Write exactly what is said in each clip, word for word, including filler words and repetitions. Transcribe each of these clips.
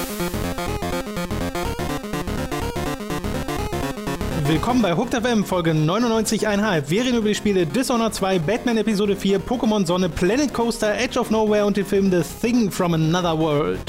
Willkommen bei Hooked F M, Folge neunundneunzig Komma fünf. Wir reden über die Spiele Dishonored zwei, Batman Episode vier, Pokémon Sonne, Planet Coaster, Edge of Nowhere und den Film The Thing from Another World.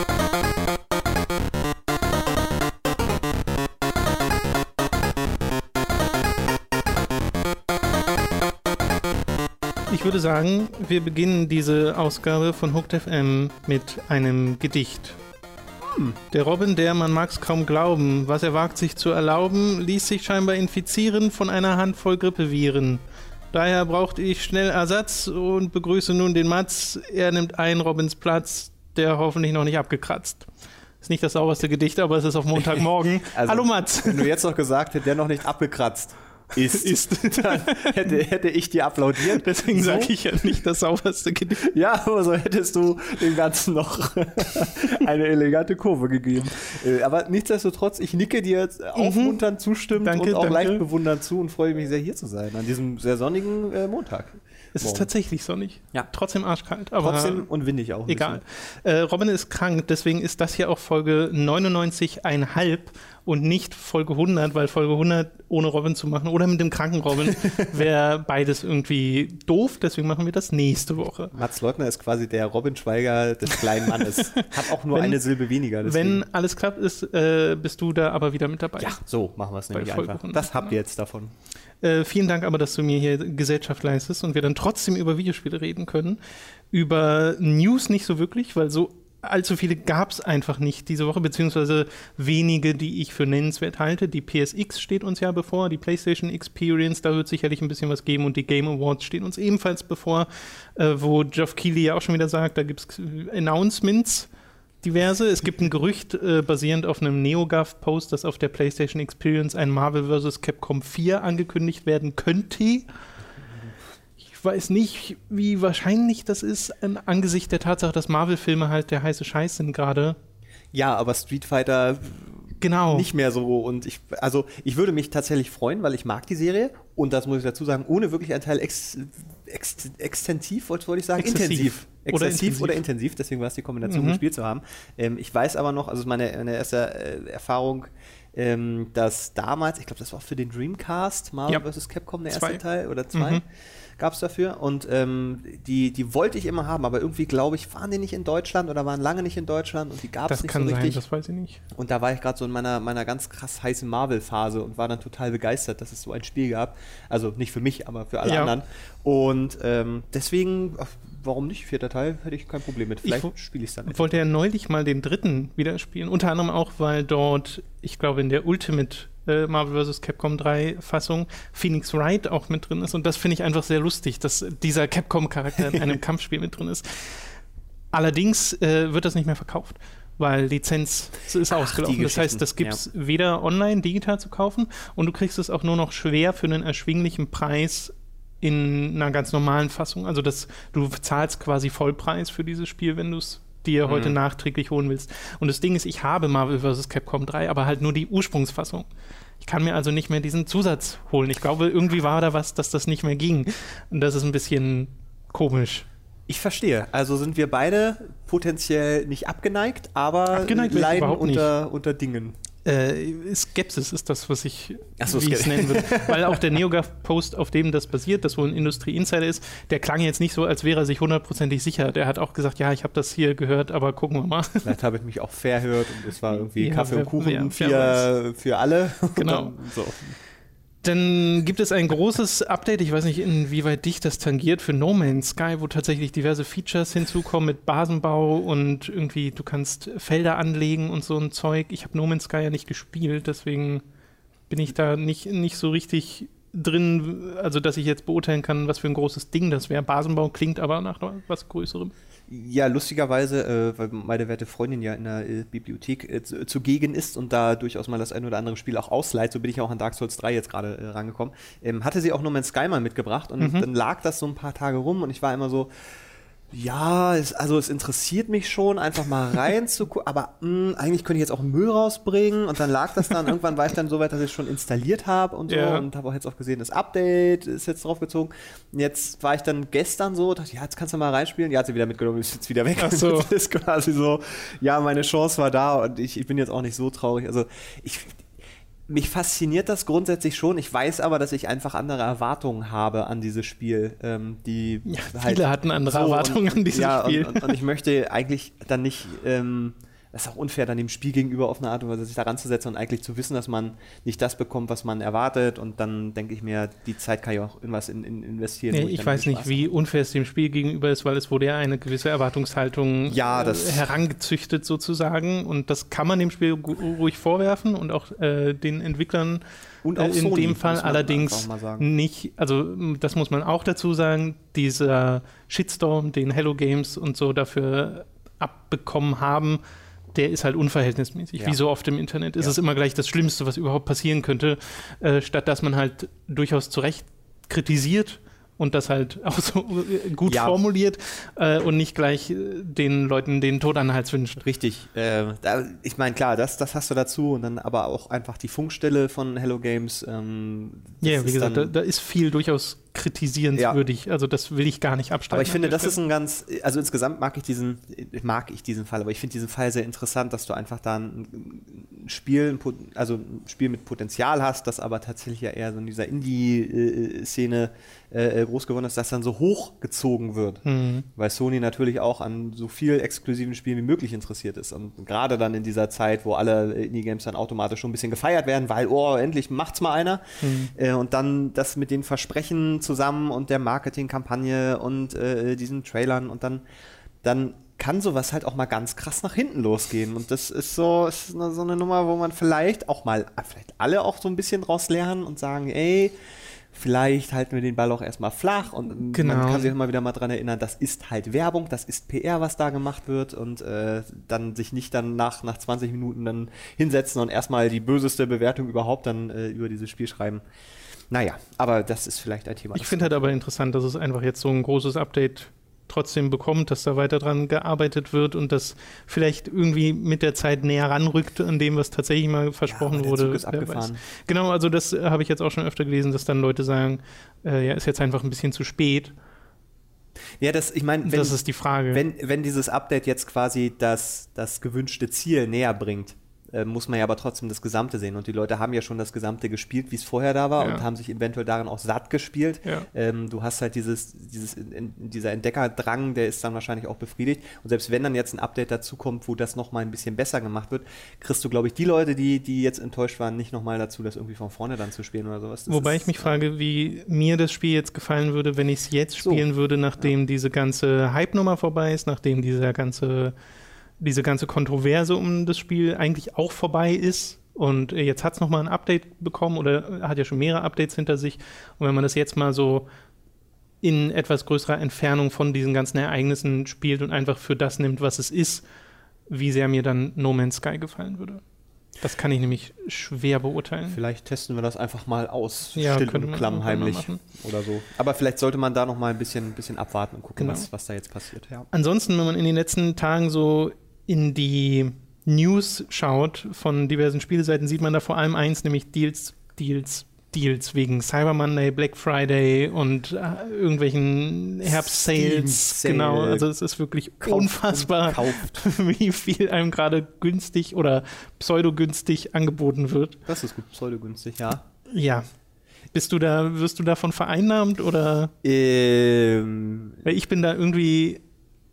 Ich würde sagen, wir beginnen diese Ausgabe von Hooked F M mit einem Gedicht. Der Robin, der, man mag's kaum glauben, was er wagt sich zu erlauben, ließ sich scheinbar infizieren von einer Handvoll Grippeviren. Daher brauchte ich schnell Ersatz und begrüße nun den Mats. Er nimmt ein Robins Platz, der hoffentlich noch nicht abgekratzt. Ist nicht das sauberste Gedicht, aber es ist auf Montagmorgen. Also, hallo Mats. Wenn du jetzt noch gesagt hättest, der noch nicht abgekratzt ist, ist. Dann hätte, hätte ich dir applaudiert. Deswegen so? Sage ich ja nicht das sauberste Gedicht. Ja, aber so hättest du dem Ganzen noch eine elegante Kurve gegeben. Aber nichtsdestotrotz, ich nicke dir jetzt aufmunternd zustimmend danke, und auch danke. leicht bewundernd zu und freue mich sehr, hier zu sein, an diesem sehr sonnigen äh, Montag. Es ist tatsächlich sonnig. Ja. Trotzdem arschkalt. Aber trotzdem und windig auch. Egal. Äh, Robin ist krank, deswegen ist das hier auch Folge neunundneunzig Komma fünf und nicht Folge hundert, weil Folge hundert ohne Robin zu machen oder mit dem kranken Robin wäre beides irgendwie doof. Deswegen machen wir das nächste Woche. Mats Leutner ist quasi der Robin Schweiger des kleinen Mannes. Hat auch nur wenn, eine Silbe weniger. Deswegen. Wenn alles klappt, ist, äh, bist du da aber wieder mit dabei. Ja, so machen wir es nämlich einfach. hundert. Das habt ihr jetzt davon. Äh, vielen Dank aber, dass du mir hier Gesellschaft leistest und wir dann trotzdem über Videospiele reden können. Über News nicht so wirklich, weil so allzu viele gab es einfach nicht diese Woche, beziehungsweise wenige, die ich für nennenswert halte. Die P S X steht uns ja bevor, die PlayStation Experience, da wird sicherlich ein bisschen was geben und die Game Awards stehen uns ebenfalls bevor, äh, wo Geoff Keighley ja auch schon wieder sagt, da gibt es Announcements, diverse. Es gibt ein Gerücht äh, basierend auf einem NeoGAF-Post, dass auf der PlayStation Experience ein Marvel versus. Capcom vier angekündigt werden könnte. Ich weiß nicht, wie wahrscheinlich das ist, an, angesichts der Tatsache, dass Marvel-Filme halt der heiße Scheiß sind gerade. Ja, aber Street Fighter genau. nicht mehr so. Und ich, also ich würde mich tatsächlich freuen, weil ich mag die Serie. Und das muss ich dazu sagen, ohne wirklich einen Teil ex, ex, extensiv, wollte ich sagen, Exzessiv. intensiv. Oder Exzessiv intensiv. oder intensiv, deswegen war es die Kombination, mhm. gespielt zu haben. Ähm, ich weiß aber noch, also meine, meine erste äh, Erfahrung, ähm, dass damals, ich glaube, das war auch für den Dreamcast, Marvel ja. versus. Capcom, der zwei. erste Teil oder zwei. Mhm. Gab es dafür und ähm, die, die wollte ich immer haben, aber irgendwie, glaube ich, waren die nicht in Deutschland oder waren lange nicht in Deutschland und die gab es nicht so richtig. Das kann sein, das weiß ich nicht. Und da war ich gerade so in meiner, meiner ganz krass heißen Marvel-Phase und war dann total begeistert, dass es so ein Spiel gab. Also nicht für mich, aber für alle ja. anderen. Und ähm, deswegen, ach, warum nicht? Vierter Teil, hätte ich kein Problem mit. Vielleicht spiele ich es dann nicht. Ich wollte ja neulich mal den dritten wieder spielen, unter anderem auch, weil dort, ich glaube, in der Ultimate äh, Marvel versus. Capcom drei Fassung Phoenix Wright auch mit drin ist und das finde ich einfach sehr lustig, dass dieser Capcom-Charakter in einem Kampfspiel mit drin ist. Allerdings äh, wird das nicht mehr verkauft, weil Lizenz ist Ach, ausgelaufen. Das heißt, das gibt es ja. weder online, digital zu kaufen und du kriegst es auch nur noch schwer für einen erschwinglichen Preis in einer ganz normalen Fassung. Also das, du zahlst quasi Vollpreis für dieses Spiel, wenn du es dir mhm. heute nachträglich holen willst. Und das Ding ist, ich habe Marvel versus. Capcom drei, aber halt nur die Ursprungsfassung. Ich kann mir also nicht mehr diesen Zusatz holen. Ich glaube, irgendwie war da was, dass das nicht mehr ging. Und das ist ein bisschen komisch. Ich verstehe. Also sind wir beide potenziell nicht abgeneigt, aber abgeneigt leiden unter, unter Dingen. Äh, Skepsis ist das, was ich, so, wie ich es nennen würde. Weil auch der NeoGAF-Post, auf dem das basiert, das wohl ein Industrie-Insider ist, der klang jetzt nicht so, als wäre er sich hundertprozentig sicher. Der hat auch gesagt, ja, ich habe das hier gehört, aber gucken wir mal. Vielleicht habe ich mich auch verhört und es war irgendwie ja, Kaffee wer, und Kuchen wer, für, für alle. Genau. Dann, so. Dann gibt es ein großes Update, ich weiß nicht, inwieweit dich das tangiert, für No Man's Sky, wo tatsächlich diverse Features hinzukommen mit Basenbau und irgendwie, du kannst Felder anlegen und so ein Zeug. Ich habe No Man's Sky ja nicht gespielt, deswegen bin ich da nicht, nicht so richtig drin, also dass ich jetzt beurteilen kann, was für ein großes Ding das wäre. Basenbau klingt aber nach was Größerem. Ja, lustigerweise, äh, weil meine werte Freundin ja in der äh, Bibliothek äh, zu, zugegen ist und da durchaus mal das ein oder andere Spiel auch ausleiht, so bin ich auch an Dark Souls drei jetzt gerade äh, rangekommen, ähm, hatte sie auch No Man's Sky mal mitgebracht und mhm. dann lag das so ein paar Tage rum und ich war immer so, Ja, es, also es interessiert mich schon, einfach mal reinzugucken, aber mh, eigentlich könnte ich jetzt auch Müll rausbringen und dann lag das dann, irgendwann war ich dann so weit, dass ich es schon installiert habe und so Ja. und habe auch jetzt auch gesehen, das Update ist jetzt draufgezogen. Jetzt war ich dann gestern so, dachte, ja, jetzt kannst du mal reinspielen, ja, hat sie wieder mitgenommen, ist jetzt wieder weg. Ach so. Das ist quasi so, ja, meine Chance war da und ich, ich bin jetzt auch nicht so traurig, also ich... Mich fasziniert das grundsätzlich schon. Ich weiß aber, dass ich einfach andere Erwartungen habe an dieses Spiel. Ähm, die Ja, halt viele hatten andere so Erwartungen und, an dieses ja, Spiel. Und, und, und ich möchte eigentlich dann nicht, ähm, das ist auch unfair, dann dem Spiel gegenüber auf eine Art und Weise sich da ranzusetzen und eigentlich zu wissen, dass man nicht das bekommt, was man erwartet. Und dann denke ich mir, die Zeit kann ich auch in was in, in investieren. Nee, wo ich dann weiß viel nicht, Spaß wie unfair es dem Spiel gegenüber ist, weil es wurde ja eine gewisse Erwartungshaltung Ja, das- äh, herangezüchtet sozusagen. Und das kann man dem Spiel gu- ruhig vorwerfen und auch äh, den Entwicklern Und auch äh, in Sony, dem Fall muss man allerdings einfach mal sagen. nicht, also m, das muss man auch dazu sagen, dieser Shitstorm, den Hello Games und so dafür abbekommen haben, der ist halt unverhältnismäßig. Ja. Wie so oft im Internet ist Ja. es immer gleich das Schlimmste, was überhaupt passieren könnte, äh, statt dass man halt durchaus zu Recht kritisiert und das halt auch so äh, gut Ja. formuliert äh, und nicht gleich äh, den Leuten den Tod an den Hals wünscht. Richtig. Äh, da, ich meine, klar, das, das hast du dazu und dann aber auch einfach die Funkstelle von Hello Games. Ähm, das Ja, wie ist gesagt, da, dann- da ist viel durchaus kritisierenswürdig. Also das will ich gar nicht abstreiten. Aber ich finde, an der das ist Stelle. ein ganz, also insgesamt mag ich diesen, mag ich diesen Fall, aber ich finde diesen Fall sehr interessant, dass du einfach da ein Spiel, ein Pot- also ein Spiel mit Potenzial hast, das aber tatsächlich ja eher so in dieser Indie-Szene äh, groß geworden ist, das dann so hochgezogen wird. Mhm. Weil Sony natürlich auch an so viel exklusiven Spielen wie möglich interessiert ist. Und gerade dann in dieser Zeit, wo alle Indie-Games dann automatisch schon ein bisschen gefeiert werden, weil, oh, endlich macht's mal einer. Mhm. Äh, und dann das mit den Versprechen zusammen und der Marketingkampagne und äh, diesen Trailern und dann, dann kann sowas halt auch mal ganz krass nach hinten losgehen. Und das ist so, ist eine, so eine Nummer, wo man vielleicht auch mal, vielleicht alle auch so ein bisschen draus lernen und sagen, ey, vielleicht halten wir den Ball auch erstmal flach und Genau. man kann sich immer wieder mal dran erinnern, das ist halt Werbung, das ist P R, was da gemacht wird und äh, dann sich nicht dann nach, nach zwanzig Minuten dann hinsetzen und erstmal die böseste Bewertung überhaupt dann äh, über dieses Spiel schreiben. Naja, aber das ist vielleicht ein Thema. Ich finde halt aber interessant, dass es einfach jetzt so ein großes Update trotzdem bekommt, dass da weiter dran gearbeitet wird und das vielleicht irgendwie mit der Zeit näher ranrückt an dem, was tatsächlich mal versprochen aber der wurde. Zug ist Wer abgefahren. weiß. Genau, also das äh, habe ich jetzt auch schon öfter gelesen, dass dann Leute sagen, äh, ja, ist jetzt einfach ein bisschen zu spät. Ja, das, ich meine, wenn, Das ist die Frage. wenn, wenn dieses Update jetzt quasi das, das gewünschte Ziel näher bringt, äh, muss man ja aber trotzdem das Gesamte sehen. Und die Leute haben ja schon das Gesamte gespielt, wie es vorher da war Ja. und haben sich eventuell darin auch satt gespielt. Ja. Ähm, du hast halt dieses, dieses in, in, dieser Entdeckerdrang, der ist dann wahrscheinlich auch befriedigt. Und selbst wenn dann jetzt ein Update dazu kommt, wo das nochmal ein bisschen besser gemacht wird, kriegst du, glaube ich, die Leute, die, die jetzt enttäuscht waren, nicht nochmal dazu, das irgendwie von vorne dann zu spielen oder sowas. Das Wobei ist, ich mich frage, wie mir das Spiel jetzt gefallen würde, wenn ich es jetzt So. spielen würde, nachdem diese ganze Hype-Nummer vorbei ist, nachdem dieser ganze, diese ganze Kontroverse um das Spiel eigentlich auch vorbei ist. Und äh, jetzt hat es nochmal ein Update bekommen oder hat ja schon mehrere Updates hinter sich. Und wenn man das jetzt mal so in etwas größerer Entfernung von diesen ganzen Ereignissen spielt und einfach für das nimmt, was es ist, wie sehr mir dann No Man's Sky gefallen würde. Das kann ich nämlich schwer beurteilen. Vielleicht testen wir das einfach mal aus, Ja, still könnte und man klammheimlich irgendwann mal oder so. Aber vielleicht sollte man da noch mal ein bisschen, bisschen abwarten und gucken, Genau. was, was da jetzt passiert. Ja. Ansonsten, wenn man in den letzten Tagen so in die News schaut von diversen Spieleseiten, sieht man da vor allem eins, nämlich Deals, Deals, Deals wegen Cyber Monday, Black Friday und äh, irgendwelchen Herbst-Sales. Steam-Sale. Genau, also es ist wirklich Kauft unfassbar, und kauft. wie viel einem gerade günstig oder pseudogünstig angeboten wird. Das ist gut, pseudogünstig, ja. Ja. Bist du da, wirst du davon vereinnahmt oder? Ähm, Weil ich bin da irgendwie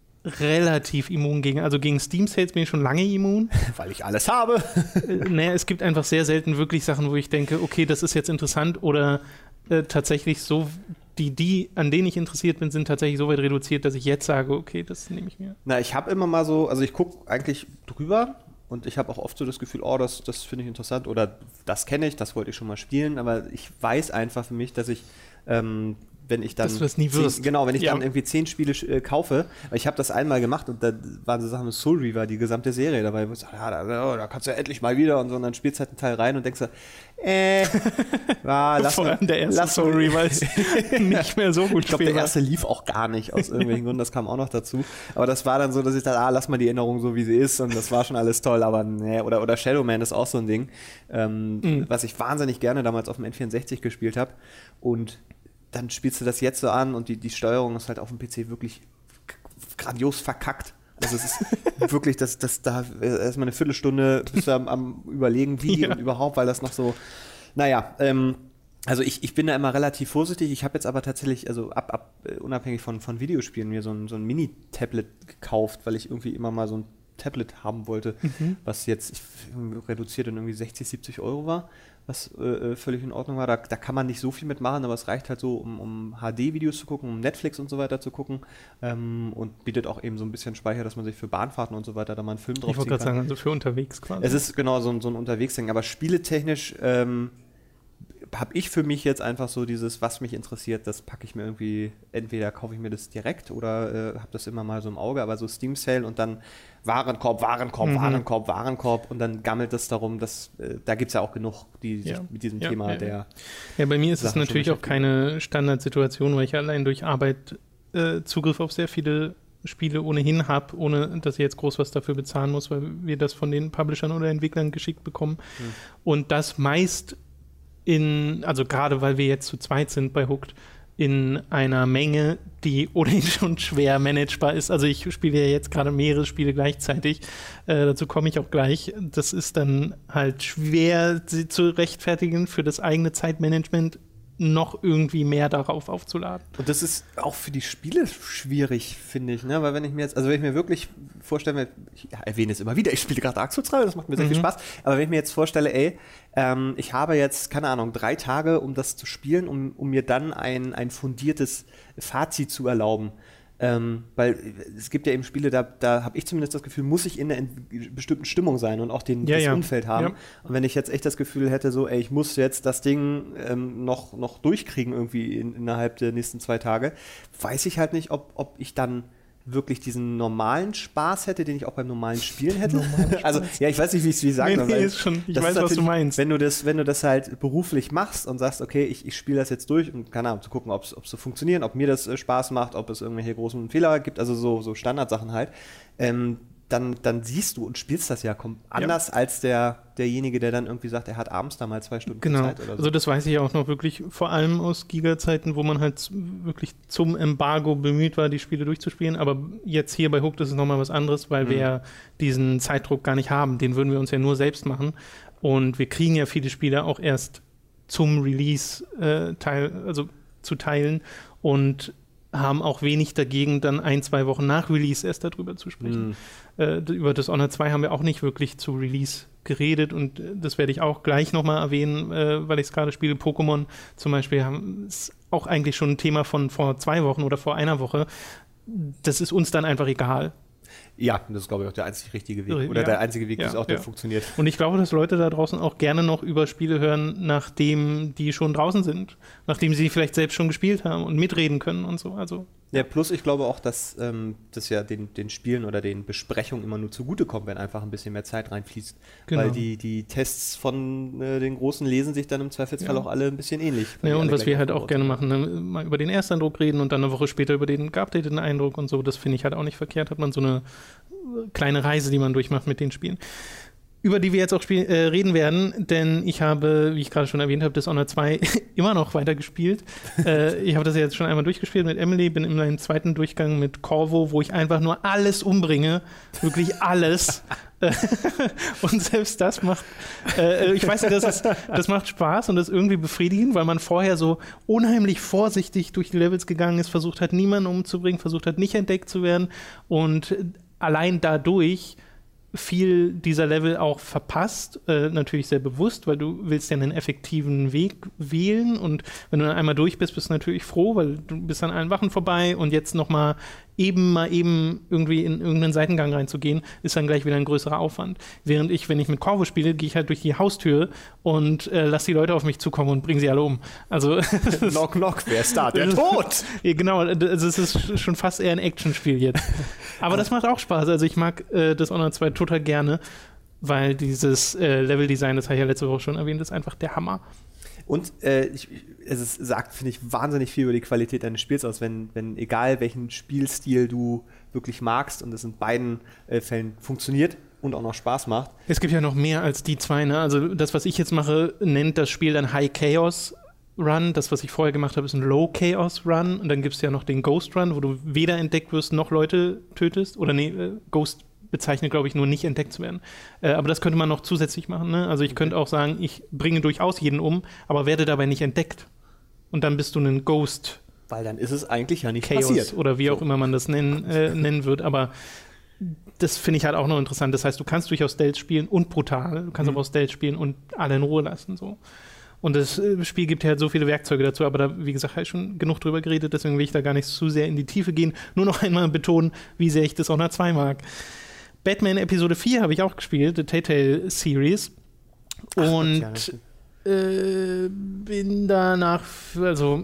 relativ immun gegen, also gegen Steam Sales bin ich schon lange immun. weil ich alles habe. Äh, naja, es gibt einfach sehr selten wirklich Sachen, wo ich denke, okay, das ist jetzt interessant oder äh, tatsächlich so, die, die, an denen ich interessiert bin, sind tatsächlich so weit reduziert, dass ich jetzt sage, okay, das nehme ich mir. Na, ich habe immer mal so, also ich gucke eigentlich drüber und ich habe auch oft so das Gefühl, oh, das, das finde ich interessant oder das kenne ich, das wollte ich schon mal spielen, aber ich weiß einfach für mich, dass ich ähm, wenn ich dann dass du das nie wirst. Zehn, genau, wenn ich ja. dann irgendwie zehn Spiele äh, kaufe, weil ich habe das einmal gemacht und da waren so Sachen mit Soul Reaver, die gesamte Serie dabei, wo ich sage, ja, da, da kannst du ja endlich mal wieder und so, und dann spielst du halt einen Teil rein und denkst so, äh, ja, lass Vor allem der erste lass Soul Reaver ist nicht mehr so gut. Ich glaube, der erste lief auch gar nicht aus irgendwelchen Gründen, das kam auch noch dazu. Aber das war dann so, dass ich dachte, ah, lass mal die Erinnerung so, wie sie ist, und das war schon alles toll, aber nee, oder, oder Shadow Man ist auch so ein Ding, ähm, mhm. was ich wahnsinnig gerne damals auf dem N vierundsechzig gespielt habe, und dann spielst du das jetzt so an und die, die Steuerung ist halt auf dem P C wirklich grandios verkackt. Also es ist wirklich, das, das, da erstmal eine Viertelstunde bist du am, am Überlegen, wie ja. und überhaupt, weil das noch so, naja, ähm, also ich, ich bin da immer relativ vorsichtig. Ich habe jetzt aber tatsächlich, also ab, ab unabhängig von, von Videospielen, mir so ein, so ein Mini-Tablet gekauft, weil ich irgendwie immer mal so ein Tablet haben wollte, mhm. was jetzt ich, reduziert in irgendwie sechzig, siebzig Euro war, was äh, völlig in Ordnung war. Da, da kann man nicht so viel mitmachen, aber es reicht halt so, um, um H D-Videos zu gucken, um Netflix und so weiter zu gucken, ähm, und bietet auch eben so ein bisschen Speicher, dass man sich für Bahnfahrten und so weiter da mal einen Film drauf ziehen kann. Ich wollte gerade sagen, also für unterwegs quasi. Es ist genau so, so ein Unterwegsding, aber spieletechnisch ähm, habe ich für mich jetzt einfach so dieses, was mich interessiert, das packe ich mir irgendwie, entweder kaufe ich mir das direkt oder äh, habe das immer mal so im Auge, aber so Steam Sale und dann Warenkorb, Warenkorb, mhm. Warenkorb, Warenkorb und dann gammelt es darum, dass äh, da gibt es ja auch genug, die sich ja. mit diesem ja, Thema ja. der Ja, bei mir ist Sachen es natürlich auch keine Standardsituation, weil ich allein durch Arbeit äh, Zugriff auf sehr viele Spiele ohnehin habe, ohne dass ich jetzt groß was dafür bezahlen muss, weil wir das von den Publishern oder Entwicklern geschickt bekommen. Mhm. Und das meist in, also gerade weil wir jetzt zu zweit sind bei Hooked, in einer Menge, die ohnehin schon schwer managebar ist. Also ich spiele ja jetzt gerade mehrere Spiele gleichzeitig. Äh, dazu komme ich auch gleich. Das ist dann halt schwer, sie zu rechtfertigen für das eigene Zeitmanagement, noch irgendwie mehr darauf aufzuladen. Und das ist auch für die Spiele schwierig, finde ich, ne? Weil wenn ich mir jetzt, also wenn ich mir wirklich vorstelle, ich erwähne es immer wieder, ich spiele gerade Dark Souls drei, das macht mir sehr mhm. viel Spaß, aber wenn ich mir jetzt vorstelle, ey, ähm, ich habe jetzt, keine Ahnung, drei Tage, um das zu spielen, um, um mir dann ein, ein fundiertes Fazit zu erlauben. Ähm, weil es gibt ja eben Spiele, da, da habe ich zumindest das Gefühl, muss ich in einer bestimmten Stimmung sein und auch den, ja, das ja. Umfeld haben. Ja. Und wenn ich jetzt echt das Gefühl hätte, so, ey, ich muss jetzt das Ding ähm, noch, noch durchkriegen irgendwie in, innerhalb der nächsten zwei Tage, weiß ich halt nicht, ob, ob ich dann wirklich diesen normalen Spaß hätte, den ich auch beim normalen Spielen hätte. Also, ja, ich weiß nicht, wie ich es wie sagen soll. Nee, nee, ist schon, ich weiß, was du meinst. Wenn du das, wenn du das halt beruflich machst und sagst, okay, ich, ich spiele das jetzt durch, um, keine Ahnung, zu gucken, ob es so funktioniert, ob mir das äh, Spaß macht, ob es irgendwelche großen Fehler gibt, also so, so Standardsachen halt, ähm, dann, dann siehst du und spielst das ja anders ja. als der, derjenige, der dann irgendwie sagt, er hat abends da mal zwei Stunden genau. Zeit oder so. Also das weiß ich auch noch wirklich, vor allem aus Giga-Zeiten, wo man halt wirklich zum Embargo bemüht war, die Spiele durchzuspielen, aber jetzt hier bei Hooked ist es nochmal was anderes, weil mhm. wir ja diesen Zeitdruck gar nicht haben, den würden wir uns ja nur selbst machen, und wir kriegen ja viele Spiele auch erst zum Release äh, teil, also zu teilen und haben auch wenig dagegen, dann ein, zwei Wochen nach Release erst darüber zu sprechen. Mm. Äh, über Dishonored zwei haben wir auch nicht wirklich zu Release geredet, und äh, das werde ich auch gleich nochmal erwähnen, äh, weil ich es gerade spiele. Pokémon zum Beispiel haben, ist auch eigentlich schon ein Thema von vor zwei Wochen oder vor einer Woche. Das ist uns dann einfach egal. Ja, das ist, glaube ich, auch der einzig richtige Weg. Oder ja. der einzige Weg, wie ja, es auch ja. dann funktioniert. Und ich glaube, dass Leute da draußen auch gerne noch über Spiele hören, nachdem die schon draußen sind. Nachdem sie vielleicht selbst schon gespielt haben und mitreden können und so. Also, ja, plus ich glaube auch, dass ähm, das ja den, den Spielen oder den Besprechungen immer nur zugutekommt, wenn einfach ein bisschen mehr Zeit reinfließt. Genau. Weil die, die Tests von äh, den Großen lesen sich dann im Zweifelsfall ja. auch alle ein bisschen ähnlich. Ja, und was wir halt auch gerne machen, ne? Mal über den Ersteindruck reden und dann eine Woche später über den geupdateten Eindruck und so. Das finde ich halt auch nicht verkehrt. Hat man so eine kleine Reise, die man durchmacht mit den Spielen, über die wir jetzt auch spiel- äh, reden werden, denn ich habe, wie ich gerade schon erwähnt habe, Dishonored zwei immer noch weiter gespielt. äh, ich habe das ja jetzt schon einmal durchgespielt mit Emily, bin in meinem zweiten Durchgang mit Corvo, wo ich einfach nur alles umbringe, wirklich alles. Und selbst das macht, äh, ich weiß nicht, das, ist, das macht Spaß und das ist irgendwie befriedigend, weil man vorher so unheimlich vorsichtig durch die Levels gegangen ist, versucht hat, niemanden umzubringen, versucht hat, nicht entdeckt zu werden, und allein dadurch viel dieser Level auch verpasst, äh, natürlich sehr bewusst, weil du willst ja einen effektiven Weg wählen, und wenn du dann einmal durch bist, bist du natürlich froh, weil du bist an allen Wachen vorbei und jetzt nochmal eben mal eben irgendwie in irgendeinen Seitengang reinzugehen, ist dann gleich wieder ein größerer Aufwand. Während ich, wenn ich mit Corvo spiele, gehe ich halt durch die Haustür und äh, lasse die Leute auf mich zukommen und bringe sie alle um. Also knock, knock, wer ist da? Der Tod! Ja, genau, also es ist schon fast eher ein Actionspiel jetzt. Aber das macht auch Spaß. Also ich mag äh, Dishonored zwei total gerne, weil dieses äh, Leveldesign, das habe ich ja letzte Woche schon erwähnt, ist einfach der Hammer. Und äh, ich, es ist, sagt, finde ich, wahnsinnig viel über die Qualität deines Spiels aus, wenn, wenn egal welchen Spielstil du wirklich magst und es in beiden äh, Fällen funktioniert und auch noch Spaß macht. Es gibt ja noch mehr als die zwei, ne? Also das, was ich jetzt mache, nennt das Spiel dann High Chaos Run. Das, was ich vorher gemacht habe, ist ein Low Chaos Run. Und dann gibt es ja noch den Ghost Run, wo du weder entdeckt wirst, noch Leute tötest. Oder nee, äh, Ghost bezeichnet, glaube ich, nur nicht entdeckt zu werden. Äh, aber das könnte man noch zusätzlich machen. Ne? Also ich könnte auch sagen, ich bringe durchaus jeden um, aber werde dabei nicht entdeckt. Und dann bist du ein Ghost. Weil dann ist es eigentlich ja nicht Chaos passiert. Oder wie so. Auch immer man das nennen, äh, nennen wird. Aber das finde ich halt auch noch interessant. Das heißt, du kannst durchaus Stealth spielen und brutal. Du kannst mhm. aber auch Stealth spielen und alle in Ruhe lassen. So. Und das äh, Spiel gibt ja halt so viele Werkzeuge dazu, aber da, wie gesagt, habe ich schon genug drüber geredet, deswegen will ich da gar nicht zu sehr in die Tiefe gehen. Nur noch einmal betonen, wie sehr ich Dishonored zwei mag. Batman Episode vier habe ich auch gespielt, die Telltale Series. Ach, und ja, äh, bin danach, also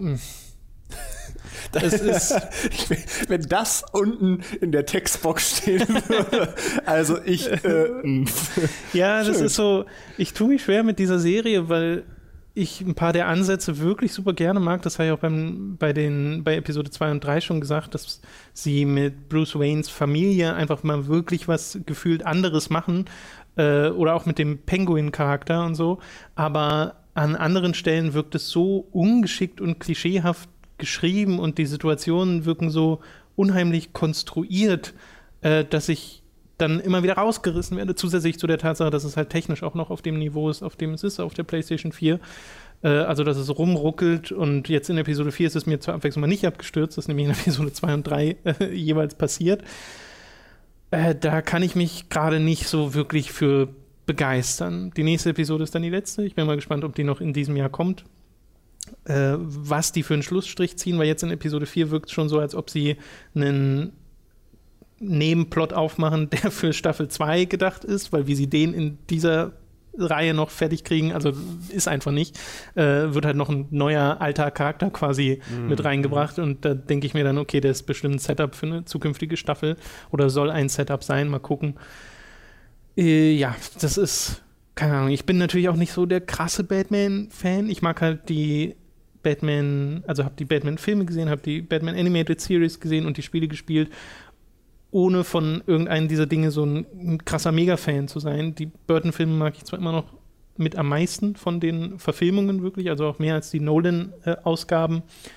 das ist, wenn das unten in der Textbox stehen würde, also ich äh, ja, das Schön. Ist so, ich tue mich schwer mit dieser Serie, weil ich ein paar der Ansätze wirklich super gerne mag. Das habe ich auch beim, bei, den, bei Episode zwei und drei schon gesagt, dass sie mit Bruce Waynes Familie einfach mal wirklich was gefühlt anderes machen. Äh, oder auch mit dem Penguin-Charakter und so. Aber an anderen Stellen wirkt es so ungeschickt und klischeehaft geschrieben und die Situationen wirken so unheimlich konstruiert, äh, dass ich dann immer wieder rausgerissen werde, zusätzlich zu der Tatsache, dass es halt technisch auch noch auf dem Niveau ist, auf dem es ist, auf der PlayStation vier. Äh, also, dass es rumruckelt und jetzt in Episode vier ist es mir zur Abwechslung mal nicht abgestürzt, das ist nämlich in Episode zwei und drei äh, jeweils passiert. Äh, da kann ich mich gerade nicht so wirklich für begeistern. Die nächste Episode ist dann die letzte. Ich bin mal gespannt, ob die noch in diesem Jahr kommt. Äh, was die für einen Schlussstrich ziehen, weil jetzt in Episode vier wirkt es schon so, als ob sie einen Nebenplot aufmachen, der für Staffel zwei gedacht ist, weil wie sie den in dieser Reihe noch fertig kriegen, also ist einfach nicht, äh, wird halt noch ein neuer alter Charakter quasi mhm. mit reingebracht und da denke ich mir dann, okay, der ist bestimmt ein Setup für eine zukünftige Staffel oder soll ein Setup sein, mal gucken. Äh, ja, das ist, keine Ahnung, ich bin natürlich auch nicht so der krasse Batman-Fan, ich mag halt die Batman, also habe die Batman-Filme gesehen, habe die Batman Animated Series gesehen und die Spiele gespielt, ohne von irgendeinem dieser Dinge so ein, ein krasser Mega-Fan zu sein. Die Burton-Filme mag ich zwar immer noch mit am meisten von den Verfilmungen wirklich, also auch mehr als die Nolan-Ausgaben.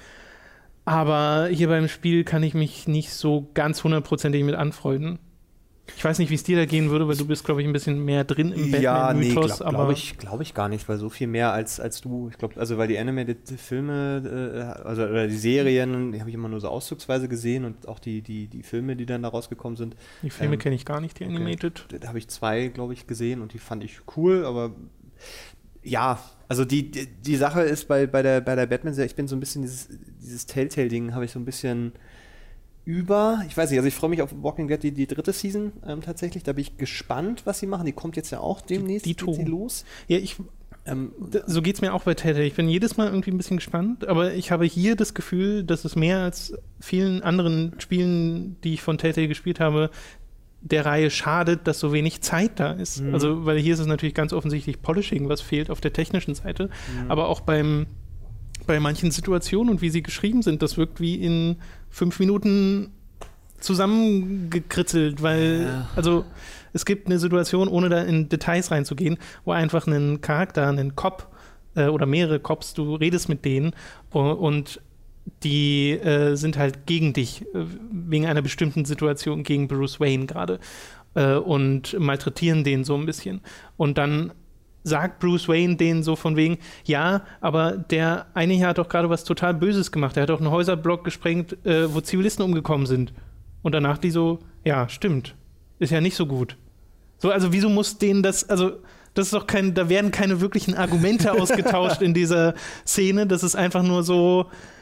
Aber hier beim Spiel kann ich mich nicht so ganz hundertprozentig mit anfreunden. Ich weiß nicht, wie es dir da gehen würde, weil du bist, glaube ich, ein bisschen mehr drin im Batman-Mythos. Ja, nee, glaube glaub ich, glaub ich gar nicht, weil so viel mehr als, als du, ich glaube, also weil die Animated-Filme, äh, also oder die Serien, die habe ich immer nur so auszugsweise gesehen und auch die, die, die Filme, die dann da rausgekommen sind. Die Filme ähm, kenne ich gar nicht, die Animated. Okay. Da habe ich zwei, glaube ich, gesehen und die fand ich cool, aber ja, also die, die, die Sache ist bei, bei der, bei der Batman-Serie, ich bin so ein bisschen dieses, dieses Telltale-Ding, habe ich so ein bisschen über, ich weiß nicht, also ich freue mich auf Walking Dead, die, die dritte Season ähm, tatsächlich, da bin ich gespannt, was sie machen, die kommt jetzt ja auch demnächst, die, die geht sie los. Ja, ich, ähm, d- so geht's mir auch bei Telltale, ich bin jedes Mal irgendwie ein bisschen gespannt, aber ich habe hier das Gefühl, dass es mehr als vielen anderen Spielen, die ich von Telltale gespielt habe, der Reihe schadet, dass so wenig Zeit da ist. Mhm. Also, weil hier ist es natürlich ganz offensichtlich Polishing, was fehlt auf der technischen Seite, mhm. aber auch beim bei manchen Situationen und wie sie geschrieben sind, das wirkt wie in fünf Minuten zusammengekritzelt, weil, ja. also es gibt eine Situation, ohne da in Details reinzugehen, wo einfach ein Charakter, ein Cop äh, oder mehrere Cops, du redest mit denen und die äh, sind halt gegen dich, äh, wegen einer bestimmten Situation, gegen Bruce Wayne gerade äh, und malträtieren den so ein bisschen. Und dann sagt Bruce Wayne denen so von wegen, ja, aber der eine hier hat doch gerade was total Böses gemacht. Er hat doch einen Häuserblock gesprengt, äh, wo Zivilisten umgekommen sind. Und danach die so, ja, stimmt. Ist ja nicht so gut. So, also wieso muss denen das, also das ist doch kein, da werden keine wirklichen Argumente ausgetauscht in dieser Szene. Das ist einfach nur so,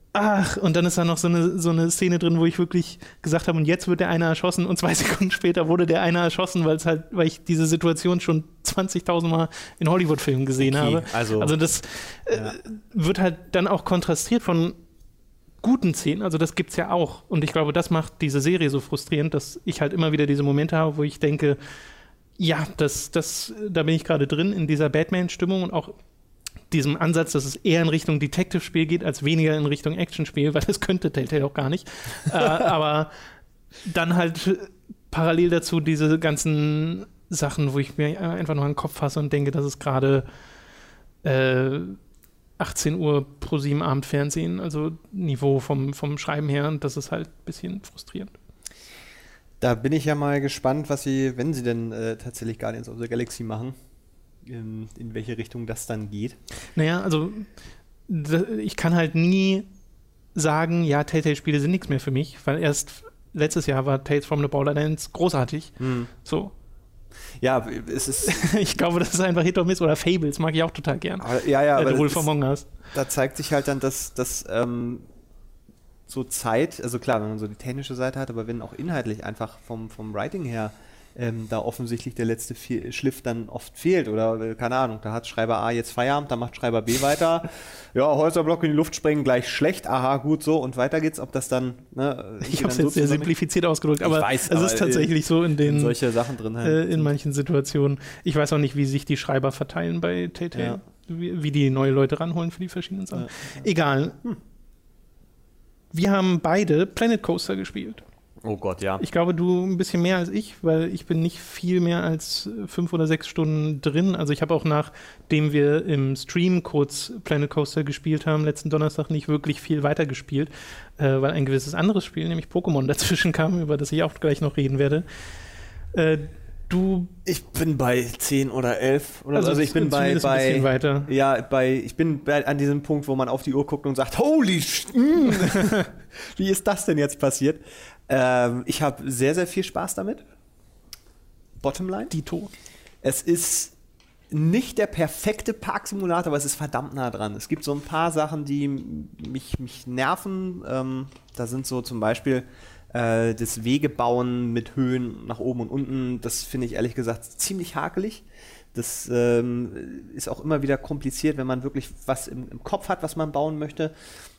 ach, und dann ist da noch so eine, so eine Szene drin, wo ich wirklich gesagt habe, und jetzt wird der eine erschossen und zwei Sekunden später wurde der eine erschossen, weil es halt, weil ich diese Situation schon zwanzigtausend Mal in Hollywood-Filmen gesehen okay, habe. Also, also das ja. äh, wird halt dann auch kontrastiert von guten Szenen, also das gibt's ja auch. Und ich glaube, das macht diese Serie so frustrierend, dass ich halt immer wieder diese Momente habe, wo ich denke, ja, das, das, da bin ich gerade drin in dieser Batman-Stimmung und auch diesem Ansatz, dass es eher in Richtung Detective-Spiel geht, als weniger in Richtung Action-Spiel, weil das könnte Telltale auch gar nicht. äh, aber dann halt parallel dazu diese ganzen Sachen, wo ich mir einfach nur an den Kopf fasse und denke, das ist gerade äh, achtzehn Uhr pro sieben Abendfernsehen, also Niveau vom, vom Schreiben her, und das ist halt ein bisschen frustrierend. Da bin ich ja mal gespannt, was sie, wenn sie denn äh, tatsächlich Guardians of the Galaxy machen, In, in welche Richtung das dann geht. Naja, also da, ich kann halt nie sagen, ja, Telltale-Spiele sind nichts mehr für mich, weil erst letztes Jahr war Tales from the Borderlands großartig. Hm. So. Ja, es ist... ich glaube, das ist einfach Hit or Miss, oder Fables mag ich auch total gern. Aber, ja, ja, äh, aber Wolf Among Us. Da zeigt sich halt dann, dass, dass ähm, so Zeit, also klar, wenn man so die technische Seite hat, aber wenn auch inhaltlich einfach vom, vom Writing her Ähm, da offensichtlich der letzte Fe- Schliff dann oft fehlt oder äh, keine Ahnung, da hat Schreiber A jetzt Feierabend, da macht Schreiber B weiter, ja, Häuserblock in die Luft sprengen, gleich schlecht, aha, gut so und weiter geht's, ob das dann ne, ich habe es jetzt sehr simplifiziert ausgedrückt, aber weiß, es aber ist tatsächlich so in den in solche Sachen drin halt. äh, in manchen Situationen. Ich weiß auch nicht, wie sich die Schreiber verteilen bei Telltale, ja. wie, wie die neue Leute ranholen für die verschiedenen Sachen. Ja, ja. Egal. Hm. Wir haben beide Planet Coaster gespielt. Oh Gott, ja. Ich glaube, du ein bisschen mehr als ich, weil ich bin nicht viel mehr als fünf oder sechs Stunden drin. Also ich habe auch, nachdem wir im Stream kurz Planet Coaster gespielt haben, letzten Donnerstag nicht wirklich viel weitergespielt, äh, weil ein gewisses anderes Spiel, nämlich Pokémon, dazwischen kam, über das ich auch gleich noch reden werde. Äh, du... Ich bin bei zehn oder elf. Oder also, also ich bin bei, bei ein bisschen weiter. Ja, bei, ich bin bei, an diesem Punkt, wo man auf die Uhr guckt und sagt, holy sh wie ist das denn jetzt passiert? Ähm, ich habe sehr, sehr viel Spaß damit. Bottomline. Dito. Es ist nicht der perfekte Parksimulator, aber es ist verdammt nah dran. Es gibt so ein paar Sachen, die mich, mich nerven. Ähm, da sind so zum Beispiel äh, das Wegebauen mit Höhen nach oben und unten. Das finde ich ehrlich gesagt ziemlich hakelig. Das ähm, ist auch immer wieder kompliziert, wenn man wirklich was im, im Kopf hat, was man bauen möchte.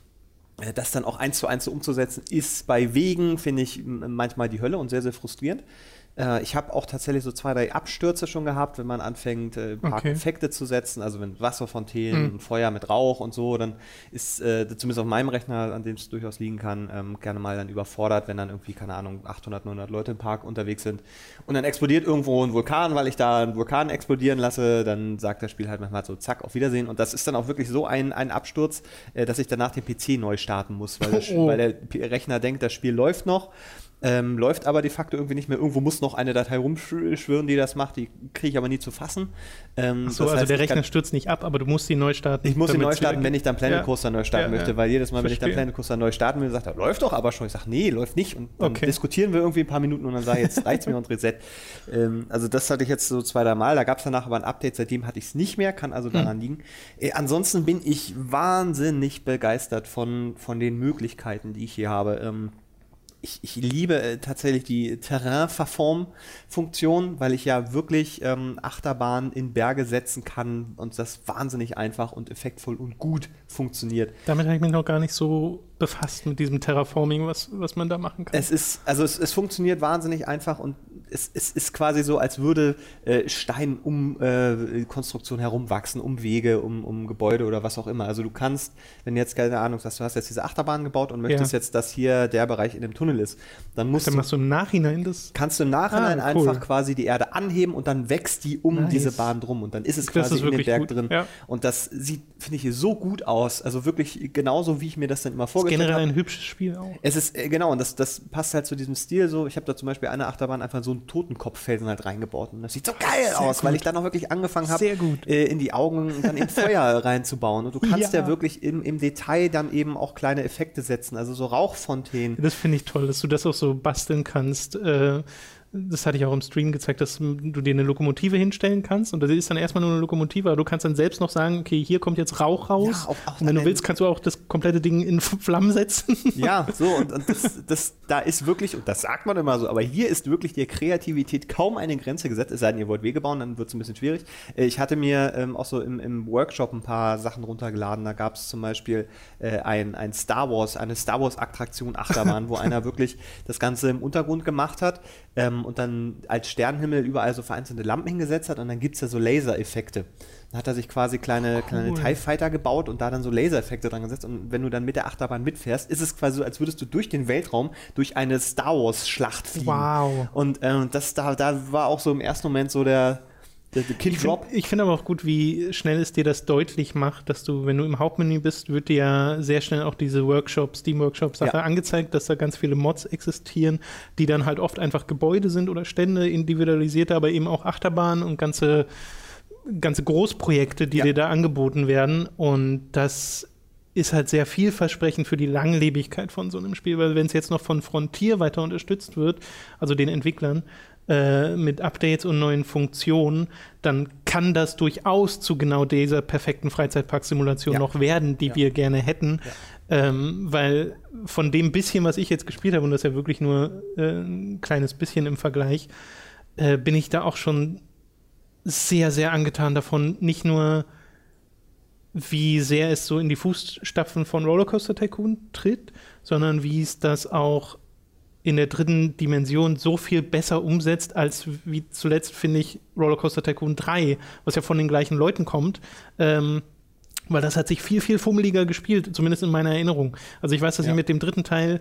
Das dann auch eins zu eins so umzusetzen, ist bei Wegen, finde ich, manchmal die Hölle und sehr, sehr frustrierend. Äh, ich habe auch tatsächlich so zwei, drei Abstürze schon gehabt, wenn man anfängt, äh, ein paar okay. Effekte zu setzen, also wenn Wasserfontänen, mhm. Feuer mit Rauch und so, dann ist äh, zumindest auf meinem Rechner, an dem es durchaus liegen kann, ähm, gerne mal dann überfordert, wenn dann irgendwie, keine Ahnung, achthundert, neunhundert Leute im Park unterwegs sind und dann explodiert irgendwo ein Vulkan, weil ich da einen Vulkan explodieren lasse, dann sagt das Spiel halt manchmal so, zack, auf Wiedersehen, und das ist dann auch wirklich so ein, ein Absturz, äh, dass ich danach den P C neu starten muss, weil, das, oh. weil der P- Rechner denkt, das Spiel läuft noch. Ähm, läuft aber de facto irgendwie nicht mehr. Irgendwo muss noch eine Datei rumschwirren, die das macht. Die kriege ich aber nie zu fassen. Ähm, Ach so, also heißt, der Rechner stürzt nicht ab, aber du musst ihn neu starten. Ich muss ihn neu starten, wenn ich dann Planet Coaster ja. neu starten ja, möchte. Ja. Weil jedes Mal, Verstehe. wenn ich dann Planet Coaster neu starten will, sagt er, läuft doch aber schon. Ich sage, nee, läuft nicht. Und dann okay. diskutieren wir irgendwie ein paar Minuten und dann sage ich, jetzt reicht's mir und Reset. Ähm, also das hatte ich jetzt so zwei, drei Mal. Da gab es danach aber ein Update. Seitdem hatte ich es nicht mehr. Kann also daran hm. liegen. Äh, ansonsten bin ich wahnsinnig begeistert von, von den Möglichkeiten, die ich hier habe. Ähm, Ich, ich liebe äh, tatsächlich die Terrain-Verform-Funktion, weil ich ja wirklich ähm, Achterbahn in Berge setzen kann und das wahnsinnig einfach und effektvoll und gut funktioniert. Damit habe ich mich noch gar nicht so befasst mit diesem Terraforming, was, was man da machen kann. Es ist, also es, es funktioniert wahnsinnig einfach und es, es ist quasi so, als würde äh, Stein um äh, Konstruktion herumwachsen, um Wege, um, um Gebäude oder was auch immer. Also du kannst, wenn jetzt, keine Ahnung, sagst, du hast jetzt diese Achterbahn gebaut und möchtest ja. jetzt, dass hier der Bereich in dem Tunnel ist, dann musst dann du, machst du im Nachhinein das? Kannst du im Nachhinein ah, cool. einfach quasi die Erde anheben und dann wächst die um nice. diese Bahn drum und dann ist es das quasi ist in dem Berg gut. drin. Ja. Und das sieht, finde ich, hier so gut aus. Also wirklich genauso, wie ich mir das dann immer vorgestellt habe. Generell ein hübsches Spiel auch. Es ist, äh, genau, und das, das passt halt zu diesem Stil so. Ich habe da zum Beispiel eine Achterbahn einfach so einen Totenkopffelsen halt reingebaut. Und das sieht so geil Sehr aus, gut. weil ich dann auch wirklich angefangen habe, äh, in die Augen dann in Feuer reinzubauen. Und du kannst ja, ja wirklich im, im Detail dann eben auch kleine Effekte setzen, also so Rauchfontänen. Das finde ich toll, dass du das auch so basteln kannst. Äh, das hatte ich auch im Stream gezeigt, dass du dir eine Lokomotive hinstellen kannst und das ist dann erstmal nur eine Lokomotive, aber du kannst dann selbst noch sagen, okay, hier kommt jetzt Rauch raus. Ja, auch, auch und wenn du willst, kannst du auch das komplette Ding in Flammen setzen. Ja, so und, und das, das, da ist wirklich, und das sagt man immer so, aber hier ist wirklich der Kreativität kaum eine Grenze gesetzt, es sei denn, ihr wollt Wege bauen, dann wird es ein bisschen schwierig. Ich hatte mir ähm, auch so im, im Workshop ein paar Sachen runtergeladen, da gab es zum Beispiel äh, ein, ein Star Wars, eine Star Wars Attraktion Achterbahn, wo einer wirklich das Ganze im Untergrund gemacht hat ähm, und dann als Sternenhimmel überall so vereinzelte Lampen hingesetzt hat und dann gibt es ja so Lasereffekte. Dann hat er sich quasi kleine, cool. kleine TIE Fighter gebaut und da dann so Lasereffekte dran gesetzt und wenn du dann mit der Achterbahn mitfährst, ist es quasi so, als würdest du durch den Weltraum durch eine Star Wars Schlacht fliegen. Wow. Und ähm, das, da, da war auch so im ersten Moment so der Der, der ich finde find aber auch gut, wie schnell es dir das deutlich macht, dass du, wenn du im Hauptmenü bist, wird dir ja sehr schnell auch diese Workshop, Steam-Workshop-Sache ja. angezeigt, dass da ganz viele Mods existieren, die dann halt oft einfach Gebäude sind oder Stände, individualisierte, aber eben auch Achterbahnen und ganze, ganze Großprojekte, die ja. dir da angeboten werden. Und das ist halt sehr vielversprechend für die Langlebigkeit von so einem Spiel, weil wenn es jetzt noch von Frontier weiter unterstützt wird, also den Entwicklern, mit Updates und neuen Funktionen, dann kann das durchaus zu genau dieser perfekten Freizeitpark-Simulation ja. noch werden, die ja. wir gerne hätten. Ja. Ähm, weil von dem bisschen, was ich jetzt gespielt habe, und das ist ja wirklich nur äh, ein kleines bisschen im Vergleich, äh, bin ich da auch schon sehr, sehr angetan davon. Nicht nur, wie sehr es so in die Fußstapfen von Rollercoaster Tycoon tritt, sondern wie es das auch in der dritten Dimension so viel besser umsetzt, als wie zuletzt, finde ich, Rollercoaster Tycoon drei, was ja von den gleichen Leuten kommt, ähm, weil das hat sich viel, viel fummeliger gespielt, zumindest in meiner Erinnerung. Also ich weiß, dass ja. ich mit dem dritten Teil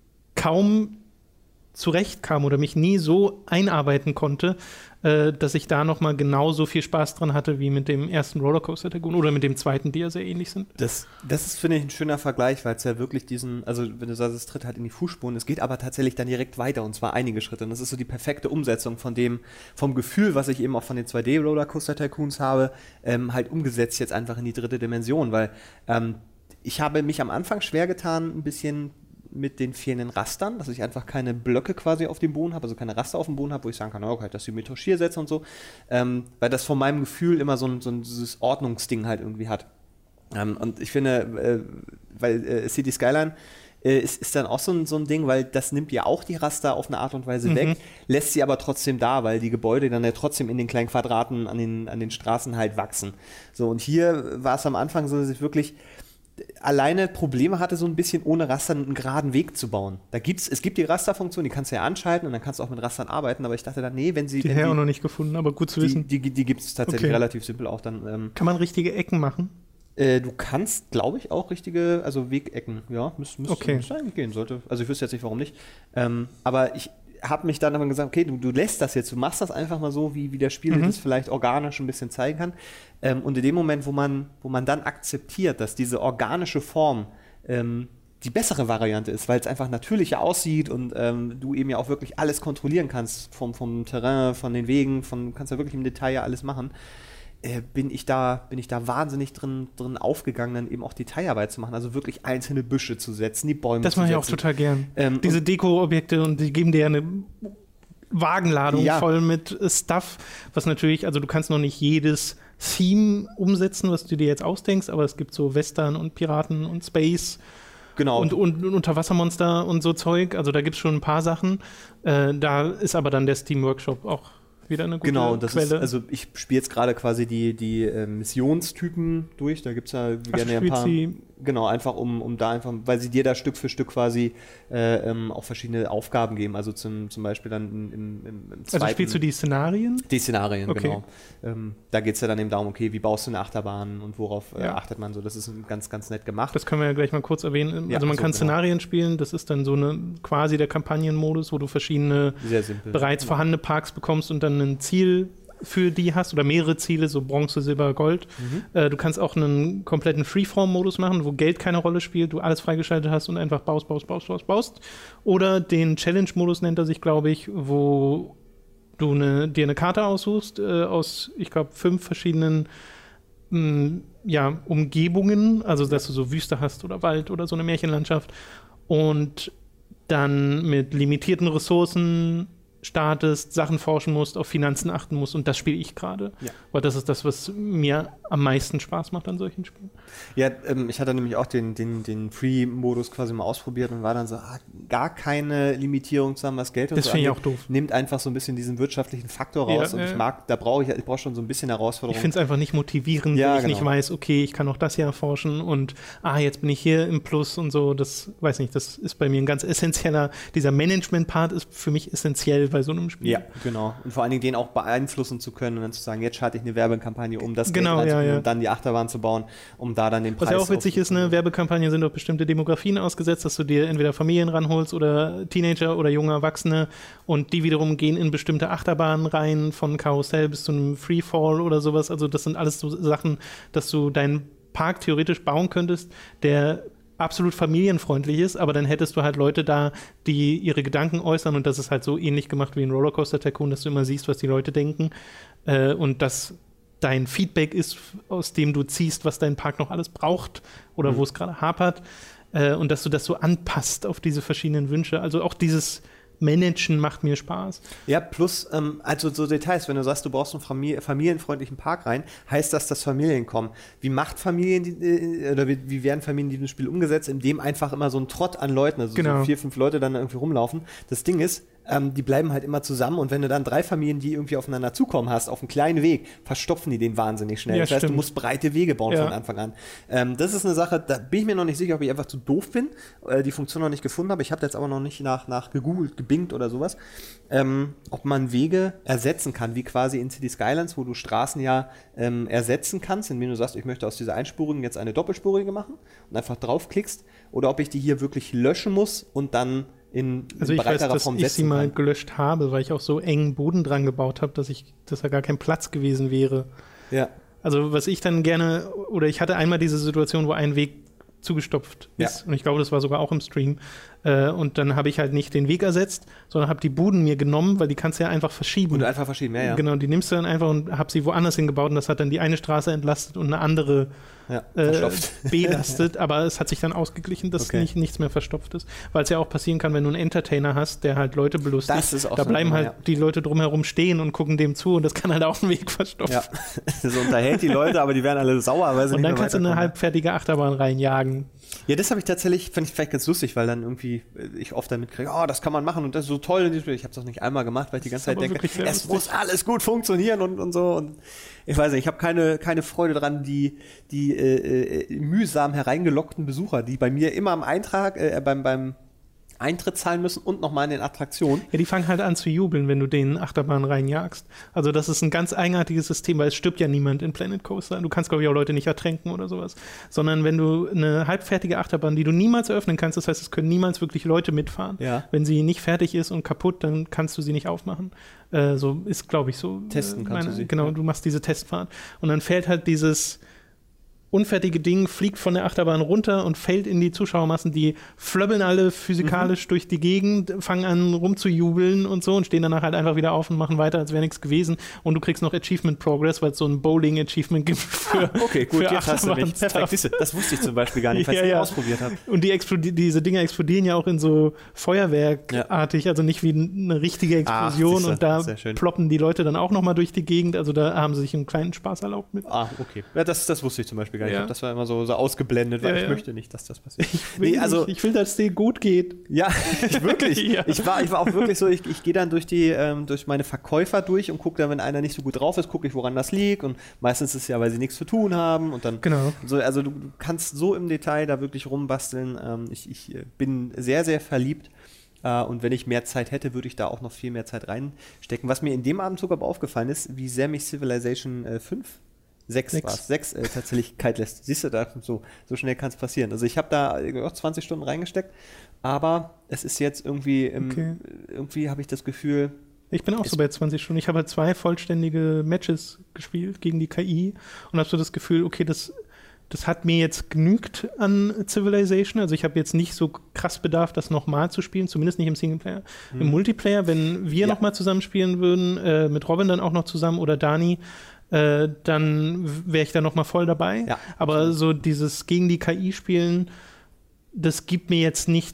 kaum zurechtkam oder mich nie so einarbeiten konnte, äh, dass ich da noch mal genauso viel Spaß dran hatte wie mit dem ersten Rollercoaster Tycoon oder mit dem zweiten, die ja sehr ähnlich sind. Das, das ist, finde ich, ein schöner Vergleich, weil es ja wirklich diesen, also wenn du sagst, es tritt halt in die Fußspuren, es geht aber tatsächlich dann direkt weiter und zwar einige Schritte und das ist so die perfekte Umsetzung von dem, vom Gefühl, was ich eben auch von den zwei D Rollercoaster Tycoons habe, ähm, halt umgesetzt jetzt einfach in die dritte Dimension, weil ähm, ich habe mich am Anfang schwer getan, ein bisschen mit den fehlenden Rastern, dass ich einfach keine Blöcke quasi auf dem Boden habe, also keine Raster auf dem Boden habe, wo ich sagen kann, okay, das symmetrisch hier setze und so, ähm, weil das von meinem Gefühl immer so ein, so ein dieses Ordnungsding halt irgendwie hat. Ähm, und ich finde, äh, weil äh, City Skyline äh, ist, ist dann auch so ein, so ein Ding, weil das nimmt ja auch die Raster auf eine Art und Weise mhm. weg, lässt sie aber trotzdem da, weil die Gebäude dann ja trotzdem in den kleinen Quadraten an den, an den Straßen halt wachsen. So, und hier war es am Anfang so, dass ich wirklich alleine Probleme hatte, so ein bisschen ohne Rastern einen geraden Weg zu bauen. Da gibt's, es gibt die Rasterfunktion, die kannst du ja anschalten und dann kannst du auch mit Rastern arbeiten, aber ich dachte dann, nee, wenn sie... Die haben auch noch nicht gefunden, aber gut zu wissen. Die, die, die gibt es tatsächlich okay. relativ simpel auch dann. Ähm, Kann man richtige Ecken machen? Äh, du kannst, glaube ich, auch richtige, also Wegecken, ja, müsste müsst, okay. müsst eigentlich gehen, sollte. Also ich wüsste jetzt nicht, warum nicht. Ähm, aber ich habe mich dann aber gesagt, okay, du, du lässt das jetzt, du machst das einfach mal so, wie, wie das Spiel mhm. das vielleicht organisch ein bisschen zeigen kann. Ähm, und in dem Moment, wo man, wo man dann akzeptiert, dass diese organische Form ähm, die bessere Variante ist, weil es einfach natürlicher aussieht und ähm, du eben ja auch wirklich alles kontrollieren kannst, vom, vom Terrain, von den Wegen, von, kannst ja wirklich im Detail ja alles machen, äh, bin ich da, bin ich da wahnsinnig drin, drin aufgegangen, dann eben auch Detailarbeit zu machen, also wirklich einzelne Büsche zu setzen, die Bäume das zu setzen. Das mache ich auch total gern. Ähm, Diese Deko-Objekte und die geben dir ja eine Wagenladung ja. voll mit Stuff, was natürlich, also du kannst noch nicht jedes Theme umsetzen, was du dir jetzt ausdenkst, aber es gibt so Western und Piraten und Space genau. und, und, und Unterwassermonster und so Zeug, also da gibt es schon ein paar Sachen. Äh, da ist aber dann der Steam Workshop auch wieder eine gute genau, das Quelle. Ist, also ich spiele jetzt gerade quasi die, die äh, Missionstypen durch, da gibt es ja Ach, gerne ein paar, sie genau, einfach um, um da einfach, weil sie dir da Stück für Stück quasi äh, ähm, auch verschiedene Aufgaben geben, also zum, zum Beispiel dann im, im, im zweiten... Also spielst du die Szenarien? Die Szenarien, okay. genau. Ähm, da geht es ja dann eben darum, okay, wie baust du eine Achterbahn und worauf äh, ja. achtet man so, das ist ganz, ganz nett gemacht. Das können wir ja gleich mal kurz erwähnen, ja, also man so, kann genau. Szenarien spielen, das ist dann so eine quasi der Kampagnenmodus, wo du verschiedene bereits vorhandene Parks bekommst und dann ein Ziel für die hast oder mehrere Ziele, so Bronze, Silber, Gold. Mhm. Äh, du kannst auch einen kompletten Freeform-Modus machen, wo Geld keine Rolle spielt, du alles freigeschaltet hast und einfach baust, baust, baust, baust, baust. Oder den Challenge-Modus nennt er sich, glaube ich, wo du eine, dir eine Karte aussuchst äh, aus, ich glaube, fünf verschiedenen mh, ja, Umgebungen, also dass du so Wüste hast oder Wald oder so eine Märchenlandschaft und dann mit limitierten Ressourcen startest, Sachen forschen musst, auf Finanzen achten musst und das spiele ich gerade. Ja. Weil das ist das, was mir am meisten Spaß macht an solchen Spielen. Ja, ähm, ich hatte nämlich auch den, den, den Free-Modus quasi mal ausprobiert und war dann so, ah, gar keine Limitierung zu haben, was Geld und das so finde ich angeht. auch doof. Nimmt einfach so ein bisschen diesen wirtschaftlichen Faktor raus Ja, und äh, ich mag, da brauche ich, ich brauche schon so ein bisschen Herausforderung. Ich finde es einfach nicht motivierend, Ja, wenn ich genau. nicht weiß, okay, ich kann auch das hier erforschen und ah, jetzt bin ich hier im Plus und so, das weiß nicht, das ist bei mir ein ganz essentieller, dieser Management-Part ist für mich essentiell bei so einem Spiel. Ja, genau. Und vor allen Dingen den auch beeinflussen zu können und dann zu sagen, jetzt schalte ich eine Werbekampagne, um das Genau, Geld reinzubringen ja, ja. und dann die Achterbahn zu bauen, um da dann den Preis Was ja auch witzig ist, ne, Werbekampagnen sind auf bestimmte Demografien ausgesetzt, dass du dir entweder Familien ranholst oder Teenager oder junge Erwachsene und die wiederum gehen in bestimmte Achterbahnen rein, von Karussell bis zu einem Freefall oder sowas. Also das sind alles so Sachen, dass du deinen Park theoretisch bauen könntest, der absolut familienfreundlich ist, aber dann hättest du halt Leute da, die ihre Gedanken äußern und das ist halt so ähnlich gemacht wie ein Rollercoaster Tycoon, dass du immer siehst, was die Leute denken äh, und das dein Feedback ist, aus dem du ziehst, was dein Park noch alles braucht oder mhm. wo es gerade hapert äh, und dass du das so anpasst auf diese verschiedenen Wünsche. Also auch dieses Managen macht mir Spaß. Ja, plus, ähm, also so Details, wenn du sagst, du brauchst einen Famili- familienfreundlichen Park rein, heißt das, dass Familien kommen. Wie macht Familien, die, äh, oder wie, wie werden Familien in diesem Spiel umgesetzt, indem einfach immer so ein Trott an Leuten, also genau. so vier, fünf Leute dann irgendwie rumlaufen. Das Ding ist, ähm, die bleiben halt immer zusammen und wenn du dann drei Familien, die irgendwie aufeinander zukommen hast, auf einen kleinen Weg, verstopfen die den wahnsinnig schnell. Ja, das heißt, stimmt. du musst breite Wege bauen ja. von Anfang an. Ähm, das ist eine Sache, da bin ich mir noch nicht sicher, ob ich einfach zu doof bin, äh, die Funktion noch nicht gefunden habe. Ich habe jetzt aber noch nicht nach, nach gegoogelt, gebingt oder sowas, ähm, ob man Wege ersetzen kann, wie quasi in City Skylines, wo du Straßen ja ähm, ersetzen kannst, indem du sagst, ich möchte aus dieser einspurigen jetzt eine doppelspurige machen und einfach draufklickst, oder ob ich die hier wirklich löschen muss und dann in, also in ich breiterer weiß, dass Form ich setzen sie mal kann. gelöscht habe, weil ich auch so engen Boden dran gebaut habe, dass ich, dass da gar kein Platz gewesen wäre. Ja. Also was ich dann gerne, oder ich hatte einmal diese Situation, wo ein Weg zugestopft ist. Ja. Und ich glaube, das war sogar auch im Stream. Äh, und dann habe ich halt nicht den Weg ersetzt, sondern habe die Buden mir genommen, weil die kannst du ja einfach verschieben. Und einfach verschieben, ja, ja. Genau, die nimmst du dann einfach und habe sie woanders hingebaut und das hat dann die eine Straße entlastet und eine andere Ja, äh, verstopft. belastet. Aber es hat sich dann ausgeglichen, dass Okay. nicht, nichts mehr verstopft ist. Weil es ja auch passieren kann, wenn du einen Entertainer hast, der halt Leute belustigt. Das ist auch da so bleiben ein halt Thema, ja. die Leute drumherum stehen und gucken dem zu und das kann halt auch einen Weg verstopfen. Ja, so unterhält die Leute, aber die werden alle sauer, weil sie Und nicht dann mehr kannst du eine weiterkommen. halbfertige Achterbahn reinjagen. Ja, das habe ich tatsächlich, fand ich vielleicht ganz lustig, weil dann irgendwie äh, ich oft damit kriege, oh, das kann man machen und das ist so toll in diesem Spiel. Ich habe es auch nicht einmal gemacht, weil ich die ganze Zeit aber denke, wirklich sehr es lustig. muss alles gut funktionieren und, und so. Und ich weiß nicht, ich habe keine, keine Freude dran, die, die äh, äh, mühsam hereingelockten Besucher, die bei mir immer am Eintrag, äh, beim, beim Eintritt zahlen müssen und nochmal in den Attraktionen. Ja, die fangen halt an zu jubeln, wenn du den Achterbahn reinjagst. Also das ist ein ganz eigenartiges System, weil es stirbt ja niemand in Planet Coaster. Du kannst, glaube ich, auch Leute nicht ertränken oder sowas. Sondern wenn du eine halbfertige Achterbahn, die du niemals eröffnen kannst, das heißt, es können niemals wirklich Leute mitfahren. Ja. Wenn sie nicht fertig ist und kaputt, dann kannst du sie nicht aufmachen. Äh, so ist, glaube ich, so. Testen äh, kannst du sie. Genau, Ja. du machst diese Testfahrt. Und dann fällt halt dieses unfertige Ding, fliegt von der Achterbahn runter und fällt in die Zuschauermassen, die flöbbeln alle physikalisch mhm. durch die Gegend, fangen an rumzujubeln und so und stehen danach halt einfach wieder auf und machen weiter, als wäre nichts gewesen. Und du kriegst noch Achievement Progress, weil es so ein Bowling-Achievement gibt für Okay, gut, für jetzt hast du mich. Perfekt, siehste, das wusste ich zum Beispiel gar nicht, weil ich Ja, es ja. ausprobiert habe. Und die explodi- diese Dinger explodieren ja auch in so Feuerwerkartig, also nicht wie eine richtige Explosion. siehste, und da sehr schön. ploppen die Leute dann auch nochmal durch die Gegend. Also da haben sie sich einen kleinen Spaß erlaubt mit. Ah, okay. Ja, das, das wusste ich zum Beispiel gar nicht. Ja. Das war immer so, so ausgeblendet, weil Ja, ich ja. möchte nicht, dass das passiert. Ich will, Nee, also- nicht, ich will, dass es dir gut geht. Ja, ich, wirklich. Ja. Ich, war, ich war auch wirklich so, ich, ich gehe dann durch, die, ähm, durch meine Verkäufer durch und gucke dann, wenn einer nicht so gut drauf ist, gucke ich, woran das liegt. Und meistens ist es ja, weil sie nichts zu tun haben. Und dann Genau. so, also du, du kannst so im Detail da wirklich rumbasteln. Ähm, ich, ich äh, bin sehr, sehr verliebt. Äh, und wenn ich mehr Zeit hätte, würde ich da auch noch viel mehr Zeit reinstecken. Was mir in dem Abend sogar aber aufgefallen ist, wie sehr mich Civilization äh, fünf Sechs, Sechs. war es. Sechs äh, tatsächlich kalt lässt. Siehst du, da so, so schnell kann es passieren. Also ich habe da äh, auch zwanzig Stunden reingesteckt, aber es ist jetzt irgendwie, im, Okay. irgendwie habe ich das Gefühl, Ich bin auch so bei zwanzig Stunden. Ich habe halt zwei vollständige Matches gespielt gegen die K I und habe so das Gefühl, okay, das, das hat mir jetzt genügt an Civilization. Also ich habe jetzt nicht so krass Bedarf, das nochmal zu spielen, zumindest nicht im Singleplayer. Hm. Im Multiplayer, wenn wir Ja. nochmal zusammen spielen würden, äh, mit Robin dann auch noch zusammen oder Dani, äh, dann wäre ich da nochmal voll dabei. Ja, Aber so dieses gegen die K I spielen, das gibt mir jetzt nichts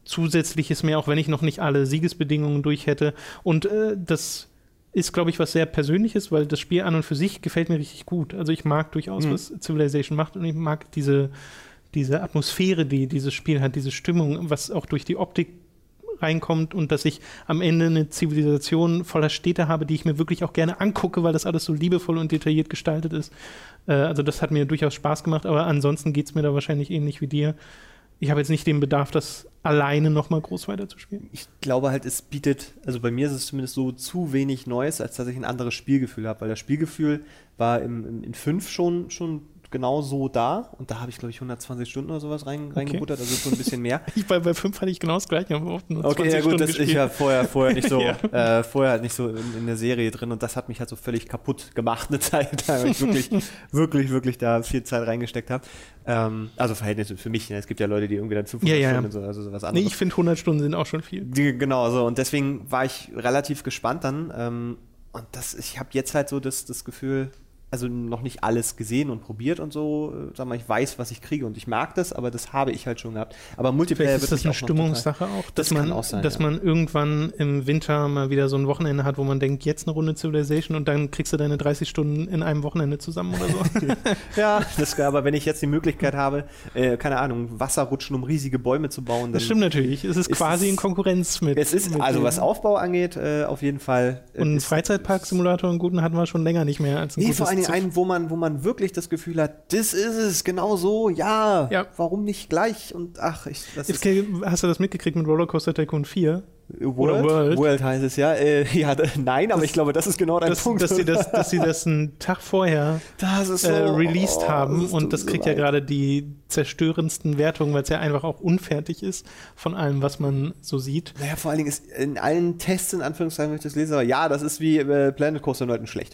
Zusätzliches mehr, auch wenn ich noch nicht alle Siegesbedingungen durch hätte. Und äh, das ist, glaube ich, was sehr Persönliches, weil das Spiel an und für sich gefällt mir richtig gut. Also ich mag durchaus, mhm. was Civilization macht und ich mag diese, diese Atmosphäre, die dieses Spiel hat, diese Stimmung, was auch durch die Optik reinkommt und dass ich am Ende eine Zivilisation voller Städte habe, die ich mir wirklich auch gerne angucke, weil das alles so liebevoll und detailliert gestaltet ist. Äh, also das hat mir durchaus Spaß gemacht, aber ansonsten geht es mir da wahrscheinlich ähnlich wie dir. Ich habe jetzt nicht den Bedarf, das alleine nochmal groß weiterzuspielen. Ich glaube halt, es bietet, also bei mir ist es zumindest so zu wenig Neues, als dass ich ein anderes Spielgefühl habe, weil das Spielgefühl war im, im, in fünf schon, schon genau so da und da habe ich, glaube ich, hundertzwanzig Stunden oder sowas rein, okay. reingebuttert, also schon ein bisschen mehr. ich bei, bei fünf hatte ich genau das Gleiche. Okay, ja gut, das, ich war vorher, vorher nicht so, ja. äh, vorher nicht so in, in der Serie drin und das hat mich halt so völlig kaputt gemacht eine Zeit, da ich wirklich, wirklich, wirklich da viel Zeit reingesteckt habe. Ähm, also Verhältnisse für mich, ne? Es gibt ja Leute, die irgendwie dann fünfhundert ja, ja, Stunden ja. und so, also sowas anderes. Nee, ich finde hundert Stunden sind auch schon viel. Die, genau, so und deswegen war ich relativ gespannt dann ähm, und das, ich habe jetzt halt so das, das Gefühl, also noch nicht alles gesehen und probiert und so, sag mal, ich weiß, was ich kriege und ich mag das, aber das habe ich halt schon gehabt. Aber Multiplayer Vielleicht ist das eine Stimmungssache auch, dass, das man, auch sein, dass ja. man irgendwann im Winter mal wieder so ein Wochenende hat, wo man denkt, jetzt eine Runde Civilization und dann kriegst du deine dreißig Stunden in einem Wochenende zusammen oder so. Ja, das, aber wenn ich jetzt die Möglichkeit habe, äh, keine Ahnung, Wasser rutschen, um riesige Bäume zu bauen, dann das stimmt natürlich. Es ist, ist quasi in Konkurrenz mit. Es ist, mit also dem. was Aufbau angeht, äh, auf jeden Fall. Äh, und einen Freizeitpark-Simulator, einen guten, hatten wir schon länger nicht mehr als ein nee, gutes. Vor allen Dingen einen, wo man, wo man wirklich das Gefühl hat, das ist es, genau so, ja, ja. warum nicht gleich? Und ach, ich, das ist hast du das mitgekriegt mit Rollercoaster Tycoon vier? World? Oder World? World heißt es, ja. Äh, ja d- nein, aber das, ich glaube, das ist genau dein das, Punkt. Dass sie, das, dass sie das einen Tag vorher das ist so, äh, released oh, haben das und das kriegt so ja gerade die zerstörendsten Wertungen, weil es ja einfach auch unfertig ist von allem, was man so sieht. Naja, vor allen Dingen ist in allen Tests, in Anführungszeichen, wenn ich das lese, aber ja, das ist wie äh, Planet Coaster Leuten schlecht.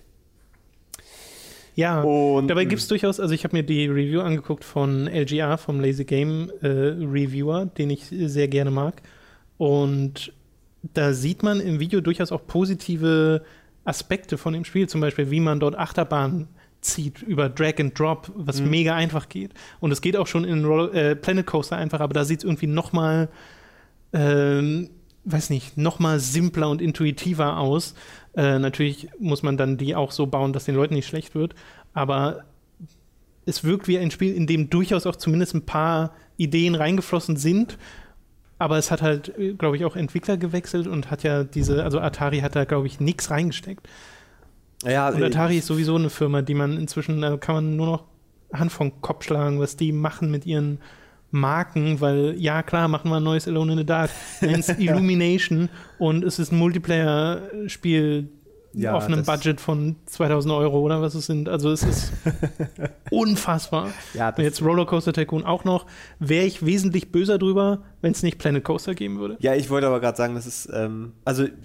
Ja, und, dabei gibt es durchaus, also ich habe mir die Review angeguckt von L G R, vom Lazy Game äh, Reviewer, den ich sehr gerne mag. Und da sieht man im Video durchaus auch positive Aspekte von dem Spiel, zum Beispiel, wie man dort Achterbahn zieht über Drag and Drop, was mhm. mega einfach geht. Und es geht auch schon in Roll, äh, Planet Coaster einfach, aber da sieht es irgendwie noch mal, ähm, weiß nicht, noch mal simpler und intuitiver aus. Äh, natürlich muss man dann die auch so bauen, dass den Leuten nicht schlecht wird, aber es wirkt wie ein Spiel, in dem durchaus auch zumindest ein paar Ideen reingeflossen sind, aber es hat halt, glaube ich, auch Entwickler gewechselt und hat ja diese, also Atari hat da, glaube ich, nichts reingesteckt. Ja, und Atari ist sowieso eine Firma, die man inzwischen, da kann man nur noch Hand vom Kopf schlagen, was die machen mit ihren Marken, weil ja klar, machen wir ein neues Alone in the Dark, nennt's Illumination und es ist ein Multiplayer-Spiel ja, auf einem Budget von zweitausend Euro oder was es sind. Also es ist unfassbar. Ja, und jetzt Rollercoaster Tycoon auch noch. Wäre ich wesentlich böser drüber, wenn es nicht Planet Coaster geben würde. Ja, ich wollte aber gerade sagen, das ist, ähm, also äh,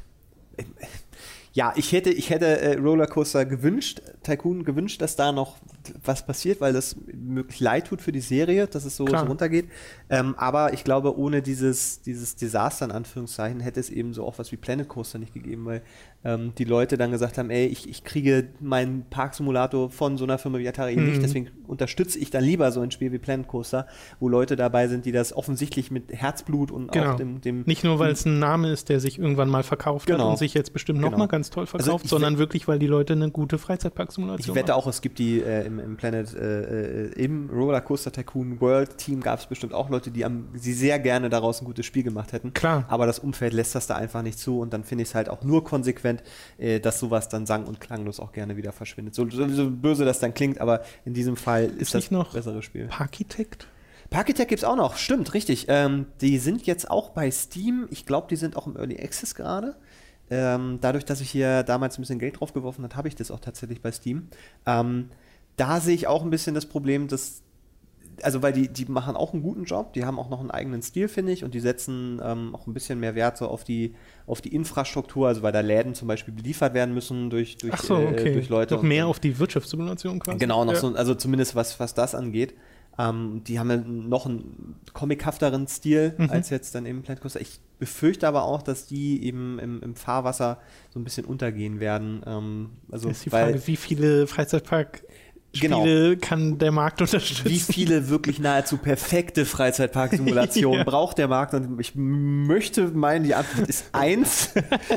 ja, ich hätte, ich hätte äh, Rollercoaster gewünscht, Tycoon gewünscht, dass da noch was passiert, weil das wirklich leid tut für die Serie, dass es so, so runtergeht. Ähm, aber ich glaube, ohne dieses, dieses Desaster in Anführungszeichen hätte es eben so auch was wie Planet Coaster nicht gegeben, weil ähm, die Leute dann gesagt haben, ey, ich, ich kriege meinen Parksimulator von so einer Firma wie Atari mhm. nicht, deswegen unterstütze ich dann lieber so ein Spiel wie Planet Coaster, wo Leute dabei sind, die das offensichtlich mit Herzblut und genau. auch dem, dem nicht nur, weil es ein Name ist, der sich irgendwann mal verkauft genau. hat und sich jetzt bestimmt genau. nochmal ganz toll verkauft, also sondern wirklich, weil die Leute eine gute Freizeitparksimulation Ich wette machen. auch, es gibt die äh, im, im Planet, äh, im Rollercoaster Tycoon World Team gab es bestimmt auch Leute, die am, sie sehr gerne daraus ein gutes Spiel gemacht hätten. Klar. Aber das Umfeld lässt das da einfach nicht zu und dann finde ich es halt auch nur konsequent, äh, dass sowas dann sang- und klanglos auch gerne wieder verschwindet. So, so, so böse das dann klingt, aber in diesem Fall ist, ist das noch ein besseres Spiel. Parkitect? Parkitect gibt es auch noch, stimmt, richtig. Ähm, die sind jetzt auch bei Steam. Ich glaube, die sind auch im Early Access gerade. Ähm, dadurch, dass ich hier damals ein bisschen Geld drauf geworfen habe, habe ich das auch tatsächlich bei Steam. Ähm, da sehe ich auch ein bisschen das Problem, dass, also weil die, die machen auch einen guten Job, die haben auch noch einen eigenen Stil, finde ich, und die setzen ähm, auch ein bisschen mehr Wert so auf die, auf die Infrastruktur, also weil da Läden zum Beispiel beliefert werden müssen durch, durch, Ach so, okay. äh, durch Leute. Noch mehr und, auf die Wirtschaftssimulation quasi. Genau, noch ja. so, also zumindest was, was das angeht. Um, die haben ja noch einen comichafteren Stil mhm. als jetzt dann eben Planet Coaster. Ich befürchte aber auch, dass die eben im, im Fahrwasser so ein bisschen untergehen werden. Um, also, ist die weil Frage, wie viele Freizeitpark Spiele genau. kann der Markt unterstützen. Wie viele wirklich nahezu perfekte Freizeitpark-Simulationen ja. braucht der Markt? Und ich möchte meinen, die Antwort ist eins.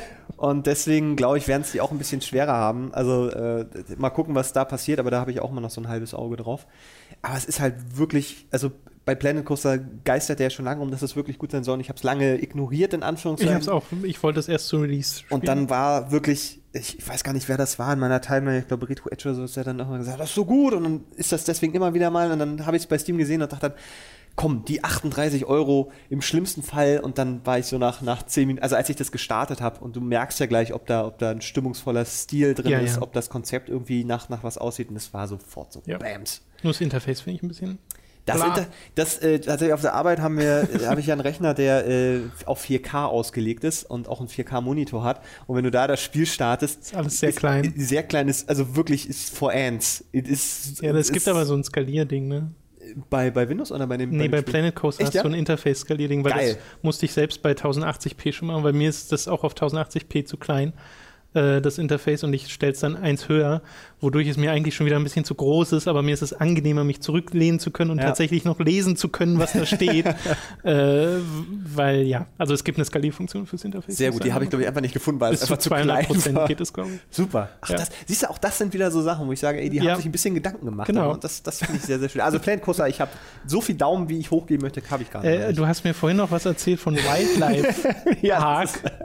Und deswegen, glaube ich, werden es die auch ein bisschen schwerer haben. Also äh, mal gucken, was da passiert. Aber da habe ich auch immer noch so ein halbes Auge drauf. Aber es ist halt wirklich, also bei Planet Coaster geistert der ja schon lange um, dass es wirklich gut sein soll. Und ich habe es lange ignoriert, in Anführungszeichen. Ich habe es auch, ich wollte es erst zum Release spielen. Und dann war wirklich, ich, ich weiß gar nicht, wer das war in meiner Timeline, ich glaube Retro Edge oder so, ist der dann auch mal gesagt, das ist so gut. Und dann ist das deswegen immer wieder mal. Und dann habe ich es bei Steam gesehen und dachte dann, komm, die achtunddreißig Euro im schlimmsten Fall. Und dann war ich so nach, nach zehn Minuten, also als ich das gestartet habe, und du merkst ja gleich, ob da, ob da ein stimmungsvoller Stil drin ja, ist, ja. ob das Konzept irgendwie nach, nach was aussieht. Und es war sofort so, ja. Bams. Nur das Interface finde ich ein bisschen... Das, Inter- das äh, tatsächlich auf der Arbeit haben wir, habe ich ja einen Rechner, der äh, auf vier K ausgelegt ist und auch einen vier K-Monitor hat. Und wenn du da das Spiel startest, ist alles sehr ist, klein. Sehr klein ist, also wirklich ist for ants. Ist, ja, es gibt ist, aber so ein Skalierding, ne? Bei, bei Windows oder bei dem? Nee, bei, bei Planet Coaster hast du ja? so ein Interface-Skalierding, weil Geil. das musste ich selbst bei tausendachtzig p schon machen, weil mir ist das auch auf tausendachtzig p zu klein, äh, das Interface, und ich stelle es dann eins höher, wodurch es mir eigentlich schon wieder ein bisschen zu groß ist, aber mir ist es angenehmer, mich zurücklehnen zu können und ja. tatsächlich noch lesen zu können, was da steht. äh, weil, ja, also es gibt eine Skalierfunktion fürs Interface. Sehr gut, die habe ich, glaube ich, einfach nicht gefunden, weil es einfach zu zweihundert Prozent war. geht es, glaube ich. Super. Ach, ja. das, siehst du, auch das sind wieder so Sachen, wo ich sage, ey, die ja. haben sich ein bisschen Gedanken gemacht. Genau. Und das, das finde ich sehr, sehr schön. Also Planet Coaster, ich habe so viel Daumen, wie ich hochgeben möchte, habe ich gar nicht. Äh, du hast mir vorhin noch was erzählt von Wildlife ja, Park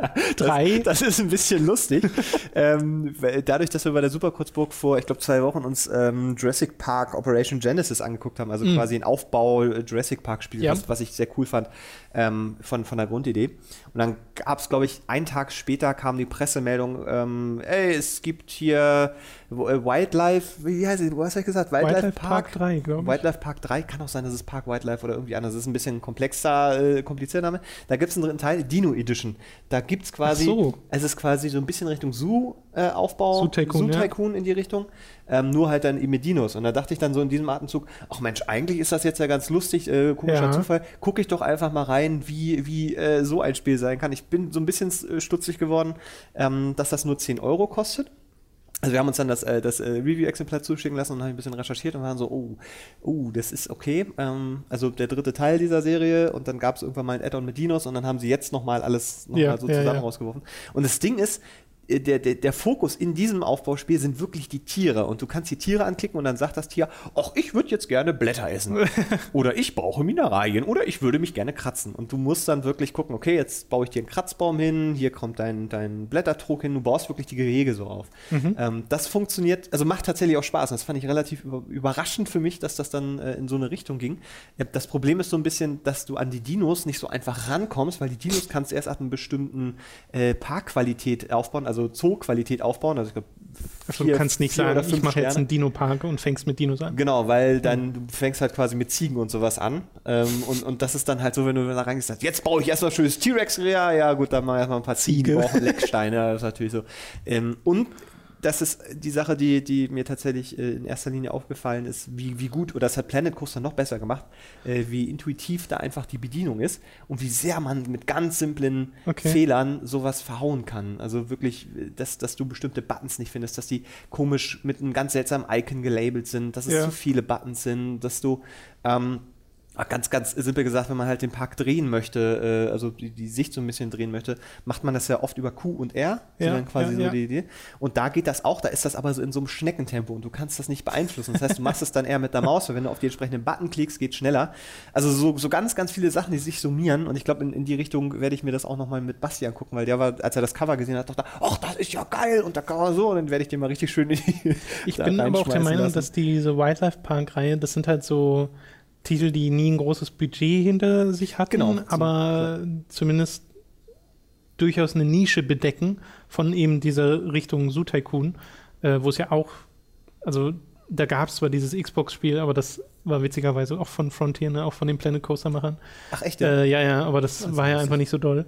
drei. Das, das ist ein bisschen lustig. ähm, dadurch, dass wir bei der Superkurzburg vor, ich glaube, zwei Wochen uns ähm, Jurassic Park Operation Genesis angeguckt haben, also mm. quasi ein Aufbau Jurassic Park Spiel, ja. was, was ich sehr cool fand, ähm, von, von der Grundidee. Und dann gab es, glaube ich, einen Tag später kam die Pressemeldung, ähm, ey, es gibt hier Wildlife, wie heißt es, was habe ich gesagt? Wildlife, Wildlife Park, Park drei, glaube ich. Wildlife Park drei, kann auch sein, dass es Park Wildlife oder irgendwie anders ist. Das ist ein bisschen komplexer, äh, komplizierter Name. Da gibt es einen dritten Teil, Dino Edition. Da gibt es quasi, so. es ist quasi so ein bisschen Richtung Zoo-Aufbau, äh, Zoo-Tycoon, Zoo-Tycoon ja. in die Richtung, ähm, nur halt dann eben mit Dinos. Und da dachte ich dann so in diesem Atemzug, ach Mensch, eigentlich ist das jetzt ja ganz lustig, äh, komischer ja. Zufall. Gucke ich doch einfach mal rein, wie, wie äh, so ein Spiel sein kann. Ich bin so ein bisschen äh, stutzig geworden, ähm, dass das nur zehn Euro kostet. Also wir haben uns dann das, äh, das äh, Review-Exemplar zuschicken lassen und haben ein bisschen recherchiert und waren so, oh, oh, das ist okay. Ähm, also der dritte Teil dieser Serie, und dann gab es irgendwann mal ein Add-on mit Dinos und dann haben sie jetzt nochmal alles noch ja, mal so ja, zusammen ja. rausgeworfen. Und das Ding ist, Der, der, der Fokus in diesem Aufbauspiel sind wirklich die Tiere. Und du kannst die Tiere anklicken und dann sagt das Tier, ach, ich würde jetzt gerne Blätter essen. Oder ich brauche Mineralien. Oder ich würde mich gerne kratzen. Und du musst dann wirklich gucken, okay, jetzt baue ich dir einen Kratzbaum hin, hier kommt dein, dein Blättertrog hin. Du baust wirklich die Gehege so auf. Mhm. Ähm, das funktioniert, also macht tatsächlich auch Spaß. Und das fand ich relativ über, überraschend für mich, dass das dann äh, in so eine Richtung ging. Das Problem ist so ein bisschen, dass du an die Dinos nicht so einfach rankommst, weil die Dinos kannst du erst ab einer bestimmten äh, Parkqualität aufbauen, also Zoo-Qualität aufbauen. Also ich glaube, also du kannst nicht sagen, ich mache jetzt einen Dino-Park und fängst mit Dinos an. Genau, weil dann du fängst halt quasi mit Ziegen und sowas an. Ähm, und, und das ist dann halt so, wenn du da reingehst, sagst, jetzt baue ich erstmal schönes T-Rex-Reha. Ja gut, dann mache ich erstmal ein paar Ziegen, Ziege. brauchen Lecksteine. Das ist natürlich so. Ähm, und das ist die Sache, die, die mir tatsächlich äh, in erster Linie aufgefallen ist, wie, wie gut, oder das hat Planet Coaster noch besser gemacht, äh, wie intuitiv da einfach die Bedienung ist und wie sehr man mit ganz simplen okay. Fehlern sowas verhauen kann. Also wirklich, dass, dass du bestimmte Buttons nicht findest, dass die komisch mit einem ganz seltsamen Icon gelabelt sind, dass es ja. zu viele Buttons sind, dass du ähm, ganz, ganz simpel gesagt, wenn man halt den Park drehen möchte, äh, also die, die Sicht so ein bisschen drehen möchte, macht man das ja oft über Q und R. Ja, dann quasi ja, so ja. die Idee. Und da geht das auch, da ist das aber so in so einem Schneckentempo und du kannst das nicht beeinflussen. Das heißt, du machst es dann eher mit der Maus, weil wenn du auf die entsprechenden Button klickst, geht schneller. Also so, so ganz, ganz viele Sachen, die sich summieren, und ich glaube, in, in die Richtung werde ich mir das auch nochmal mit Basti angucken, weil der war, als er das Cover gesehen hat, dachte er, ach, das ist ja geil, und da kann man so, und dann werde ich den mal richtig schön in die Ich bin aber auch der Meinung, lassen. dass diese Wildlife Park-Reihe, das sind halt so Titel, die nie ein großes Budget hinter sich hatten, genau, aber so, zumindest durchaus eine Nische bedecken von eben dieser Richtung Zoo Tycoon, äh, wo es ja auch, also da gab es zwar dieses Xbox-Spiel, aber das war witzigerweise auch von Frontier, ne, auch von den Planet Coaster-Machern. Ach echt? Ja, äh, ja, ja, aber das, das war ja einfach nicht so doll.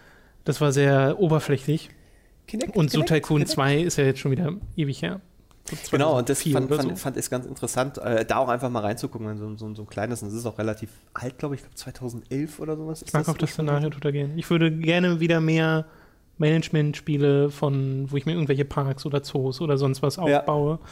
Das war sehr oberflächlich. Kinect, und Zoo Kinect, Tycoon Kinect? zwei ist ja jetzt schon wieder ewig her. Genau, und das fand, fand, so. fand ich ganz interessant, äh, da auch einfach mal reinzugucken, in so, so, so ein kleines, und es ist auch relativ alt, glaube ich, ich glaube zweitausendelf oder sowas. Ich mag auf das Szenario total gehen. Ich würde gerne wieder mehr Management-Spiele von, wo ich mir irgendwelche Parks oder Zoos oder sonst was aufbaue.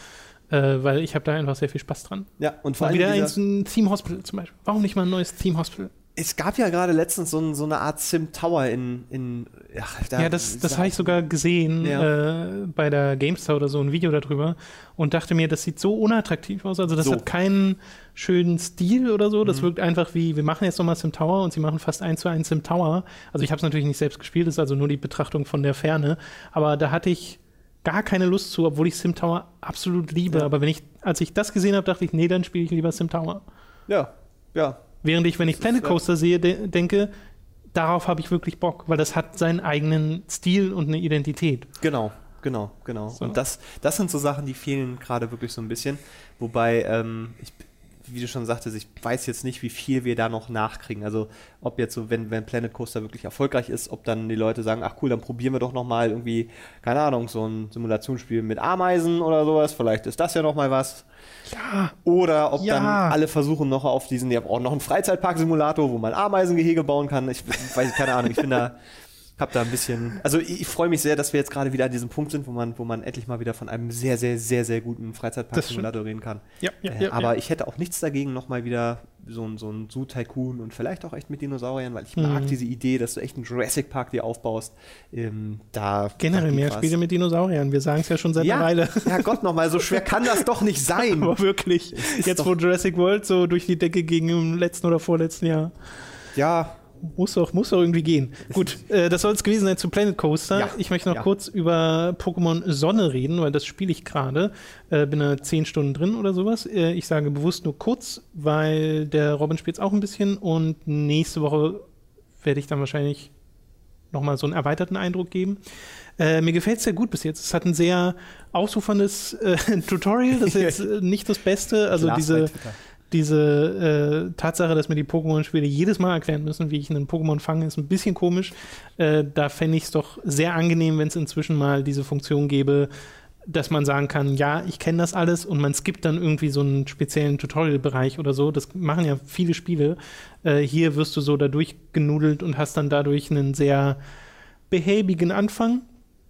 äh, weil ich habe da einfach sehr viel Spaß dran. Ja, und vor Mal allem wieder dieser, ein Theme Hospital zum Beispiel. Warum nicht mal ein neues Theme Hospital? es gab ja gerade letztens so, ein, so eine Art Sim Tower in, in ja, da, ja, das, das habe ich sogar gesehen ja. äh, bei der GameStar oder so, ein Video darüber und dachte mir, das sieht so unattraktiv aus. Also das so. hat keinen schönen Stil oder so. Das mhm. wirkt einfach wie, wir machen jetzt nochmal Sim Tower und sie machen fast eins zu eins Sim Tower. Also ich habe es natürlich nicht selbst gespielt, das ist also nur die Betrachtung von der Ferne. Aber da hatte ich gar keine Lust zu, obwohl ich Sim Tower absolut liebe. Ja. Aber wenn ich, als ich das gesehen habe, dachte ich, nee, dann spiele ich lieber Sim Tower. Ja, ja. Während ich, wenn ich Planet Coaster sehe, de- denke, darauf habe ich wirklich Bock, weil das hat seinen eigenen Stil und eine Identität. Genau, genau, genau. So. Und das, das sind so Sachen, die fehlen gerade wirklich so ein bisschen. Wobei, ähm, ich, wie du schon sagtest, ich weiß jetzt nicht, wie viel wir da noch nachkriegen. Also ob jetzt so, wenn, wenn Planet Coaster wirklich erfolgreich ist, ob dann die Leute sagen, ach cool, dann probieren wir doch noch mal irgendwie, keine Ahnung, so ein Simulationsspiel mit Ameisen oder sowas. Vielleicht ist das ja noch mal was. Ja. Oder ob ja. dann alle versuchen noch auf diesen, ja auch noch einen Freizeitpark-Simulator, wo man Ameisengehege bauen kann. Ich weiß, keine Ahnung, ich bin da, hab da ein bisschen, also ich, ich freue mich sehr, dass wir jetzt gerade wieder an diesem Punkt sind, wo man, wo man endlich mal wieder von einem sehr, sehr, sehr, sehr guten Freizeitpark-Simulator reden kann. Ja, ja, äh, ja, aber ja. ich hätte auch nichts dagegen, noch mal wieder so ein, so ein Zoo-Tycoon und vielleicht auch echt mit Dinosauriern, weil ich Mhm. mag diese Idee, dass du echt einen Jurassic Park dir aufbaust. Ähm, da Generell da mehr was. Spiele mit Dinosauriern. Wir sagen es ja schon seit Ja, einer Weile. ja Gott, nochmal, so schwer kann das doch nicht sein. Aber wirklich, ist jetzt doch- wo Jurassic World so durch die Decke ging im letzten oder vorletzten Jahr, Ja, muss doch, muss doch irgendwie gehen. Gut, äh, das soll es gewesen sein zu Planet Coaster. Ja, Ich möchte noch ja. kurz über Pokémon Sonne reden, weil das spiele ich gerade. Äh, bin da zehn Stunden drin oder sowas. Äh, ich sage bewusst nur kurz, weil der Robin spielt es auch ein bisschen und nächste Woche werde ich dann wahrscheinlich nochmal so einen erweiterten Eindruck geben. Äh, mir gefällt es sehr gut bis jetzt. Es hat ein sehr ausuferndes äh, Tutorial. Das ist jetzt äh, nicht das Beste. Also Glas bei diese, Twitter. diese äh, Tatsache, dass mir die Pokémon-Spiele jedes Mal erklären müssen, wie ich einen Pokémon fange, ist ein bisschen komisch. Äh, da fände ich es doch sehr angenehm, wenn es inzwischen mal diese Funktion gäbe, dass man sagen kann, ja, ich kenne das alles und man skippt dann irgendwie so einen speziellen Tutorial-Bereich oder so. Das machen ja viele Spiele. Äh, hier wirst du so da durchgenudelt und hast dann dadurch einen sehr behäbigen Anfang.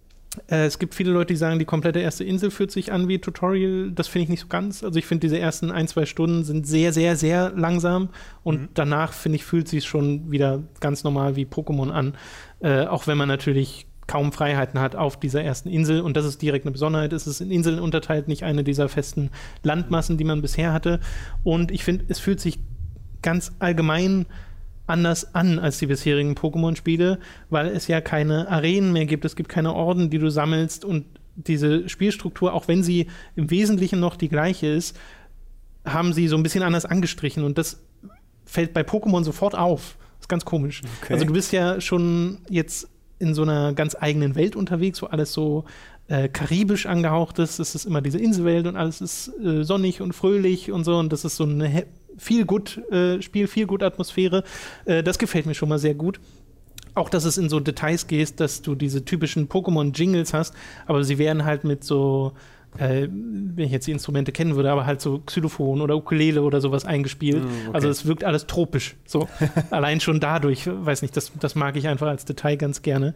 Äh, es gibt viele Leute, die sagen, die komplette erste Insel fühlt sich an wie Tutorial. Das finde ich nicht so ganz. Also ich finde, diese ersten ein, zwei Stunden sind sehr, sehr, sehr langsam und Mhm. danach, finde ich, fühlt sich schon wieder ganz normal wie Pokémon an. Äh, auch wenn man natürlich kaum Freiheiten hat auf dieser ersten Insel. Und das ist direkt eine Besonderheit. Es ist in Inseln unterteilt, nicht eine dieser festen Landmassen, die man bisher hatte. Und ich finde, es fühlt sich ganz allgemein anders an als die bisherigen Pokémon-Spiele, weil es ja keine Arenen mehr gibt. Es gibt keine Orden, die du sammelst. Und diese Spielstruktur, auch wenn sie im Wesentlichen noch die gleiche ist, haben sie so ein bisschen anders angestrichen. Und das fällt bei Pokémon sofort auf. Das ist ganz komisch. Okay. Also du bist ja schon jetzt in so einer ganz eigenen Welt unterwegs, wo alles so äh, karibisch angehaucht ist. Es ist immer diese Inselwelt und alles ist äh, sonnig und fröhlich und so. Und das ist so eine he- viel gut äh, Spiel, viel gut Atmosphäre. Äh, das gefällt mir schon mal sehr gut. Auch, dass es in so Details geht, dass du diese typischen Pokémon-Jingles hast, aber sie werden halt mit so, äh, wenn ich jetzt die Instrumente kennen würde, aber halt so Xylophon oder Ukulele oder sowas eingespielt. Mm, okay. Also es wirkt alles tropisch. So. Allein schon dadurch, weiß nicht, das, das mag ich einfach als Detail ganz gerne.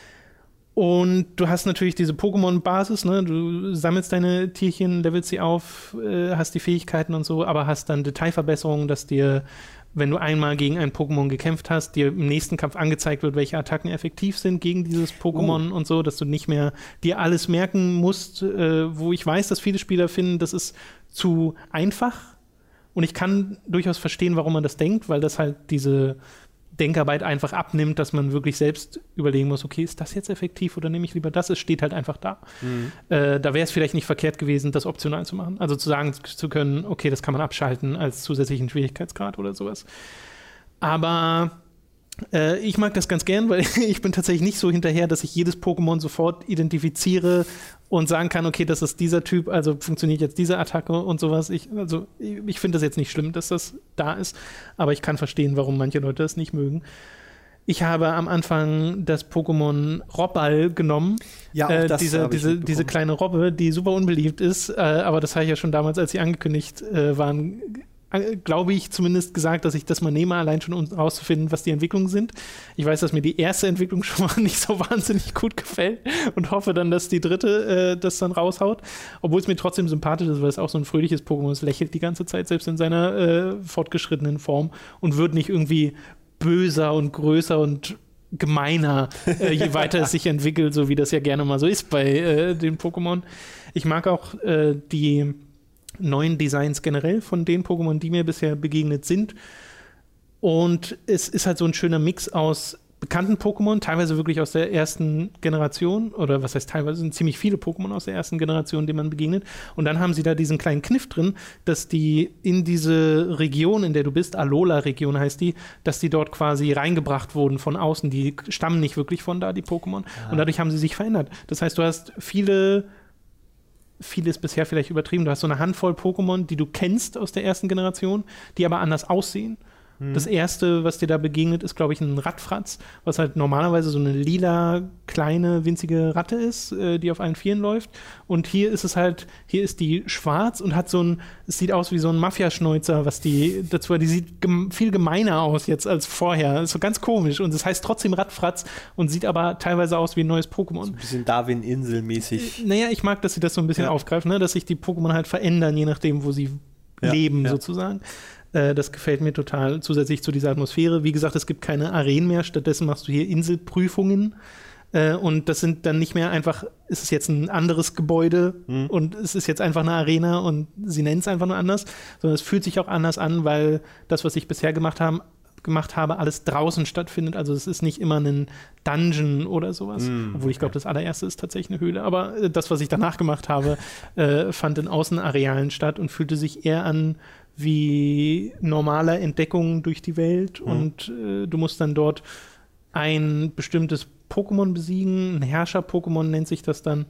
Und du hast natürlich diese Pokémon-Basis, ne? Du sammelst deine Tierchen, levelst sie auf, äh, hast die Fähigkeiten und so, aber hast dann Detailverbesserungen, dass dir, wenn du einmal gegen ein Pokémon gekämpft hast, dir im nächsten Kampf angezeigt wird, welche Attacken effektiv sind gegen dieses Pokémon Uh. und so, dass du nicht mehr dir alles merken musst, äh, wo ich weiß, dass viele Spieler finden, das ist zu einfach. Und ich kann durchaus verstehen, warum man das denkt, weil das halt diese Denkarbeit einfach abnimmt, dass man wirklich selbst überlegen muss, okay, ist das jetzt effektiv oder nehme ich lieber das? Es steht halt einfach da. Mhm. Äh, da wäre es vielleicht nicht verkehrt gewesen, das optional zu machen. Also zu sagen zu können, okay, das kann man abschalten als zusätzlichen Schwierigkeitsgrad oder sowas. Aber äh, ich mag das ganz gern, weil ich bin tatsächlich nicht so hinterher, dass ich jedes Pokémon sofort identifiziere und sagen kann, okay, das ist dieser Typ, also funktioniert jetzt diese Attacke und sowas. Ich, also ich, ich finde das jetzt nicht schlimm, dass das da ist, aber ich kann verstehen, warum manche Leute das nicht mögen. Ich habe am Anfang das Pokémon Robball genommen. Ja, auch äh, das diese, habe ich diese, mitbekommen. diese kleine Robbe, die super unbeliebt ist, äh, aber das habe ich ja schon damals, als sie angekündigt äh, waren, äh, glaube ich, zumindest gesagt, dass ich das mal nehme, allein schon um herauszufinden, was die Entwicklungen sind. Ich weiß, dass mir die erste Entwicklung schon mal nicht so wahnsinnig gut gefällt und hoffe dann, dass die dritte äh, das dann raushaut. Obwohl es mir trotzdem sympathisch ist, weil es auch so ein fröhliches Pokémon ist, lächelt die ganze Zeit, selbst in seiner äh, fortgeschrittenen Form und wird nicht irgendwie böser und größer und gemeiner, äh, je weiter es sich entwickelt, so wie das ja gerne mal so ist bei äh, den Pokémon. Ich mag auch äh, die neuen Designs generell von den Pokémon, die mir bisher begegnet sind. Und es ist halt so ein schöner Mix aus bekannten Pokémon, teilweise wirklich aus der ersten Generation, oder was heißt teilweise, sind ziemlich viele Pokémon aus der ersten Generation, denen man begegnet. Und dann haben sie da diesen kleinen Kniff drin, dass die in diese Region, in der du bist, Alola-Region heißt die, dass die dort quasi reingebracht wurden von außen. Die stammen nicht wirklich von da, die Pokémon. Ja. Und dadurch haben sie sich verändert. Das heißt, du hast viele Vieles bisher vielleicht übertrieben. Du hast so eine Handvoll Pokémon, die du kennst aus der ersten Generation, die aber anders aussehen. Mhm. Das erste, was dir da begegnet, ist, glaube ich, ein Radfratz, was halt normalerweise so eine lila, kleine, winzige Ratte ist, äh, die auf allen Vieren läuft. Und hier ist es halt, hier ist die schwarz und hat so ein, es sieht aus wie so ein Mafiaschnäuzer, was die dazu hat. Die sieht gem- viel gemeiner aus jetzt als vorher. Ist so ganz komisch. Und es heißt trotzdem Radfratz und sieht aber teilweise aus wie ein neues Pokémon. So ein bisschen Darwin-Insel-mäßig. Äh, naja, ich mag, dass sie das so ein bisschen ja. aufgreifen, ne? Dass sich die Pokémon halt verändern, je nachdem, wo sie ja. leben, ja. sozusagen. Äh, das gefällt mir total, zusätzlich zu dieser Atmosphäre. Wie gesagt, es gibt keine Arenen mehr, stattdessen machst du hier Inselprüfungen. Äh, und das sind dann nicht mehr einfach, ist es jetzt ein anderes Gebäude mhm. und es ist jetzt einfach eine Arena und sie nennen es einfach nur anders, sondern es fühlt sich auch anders an, weil das, was ich bisher gemacht haben, gemacht habe, alles draußen stattfindet. Also es ist nicht immer ein Dungeon oder sowas. Mm, Obwohl ich glaube, das allererste ist tatsächlich eine Höhle. Aber äh, das, was ich danach gemacht habe, äh, fand in Außenarealen statt und fühlte sich eher an wie normale Entdeckungen durch die Welt. Mm. Und äh, du musst dann dort ein bestimmtes Pokémon besiegen. Ein Herrscher-Pokémon nennt sich das dann.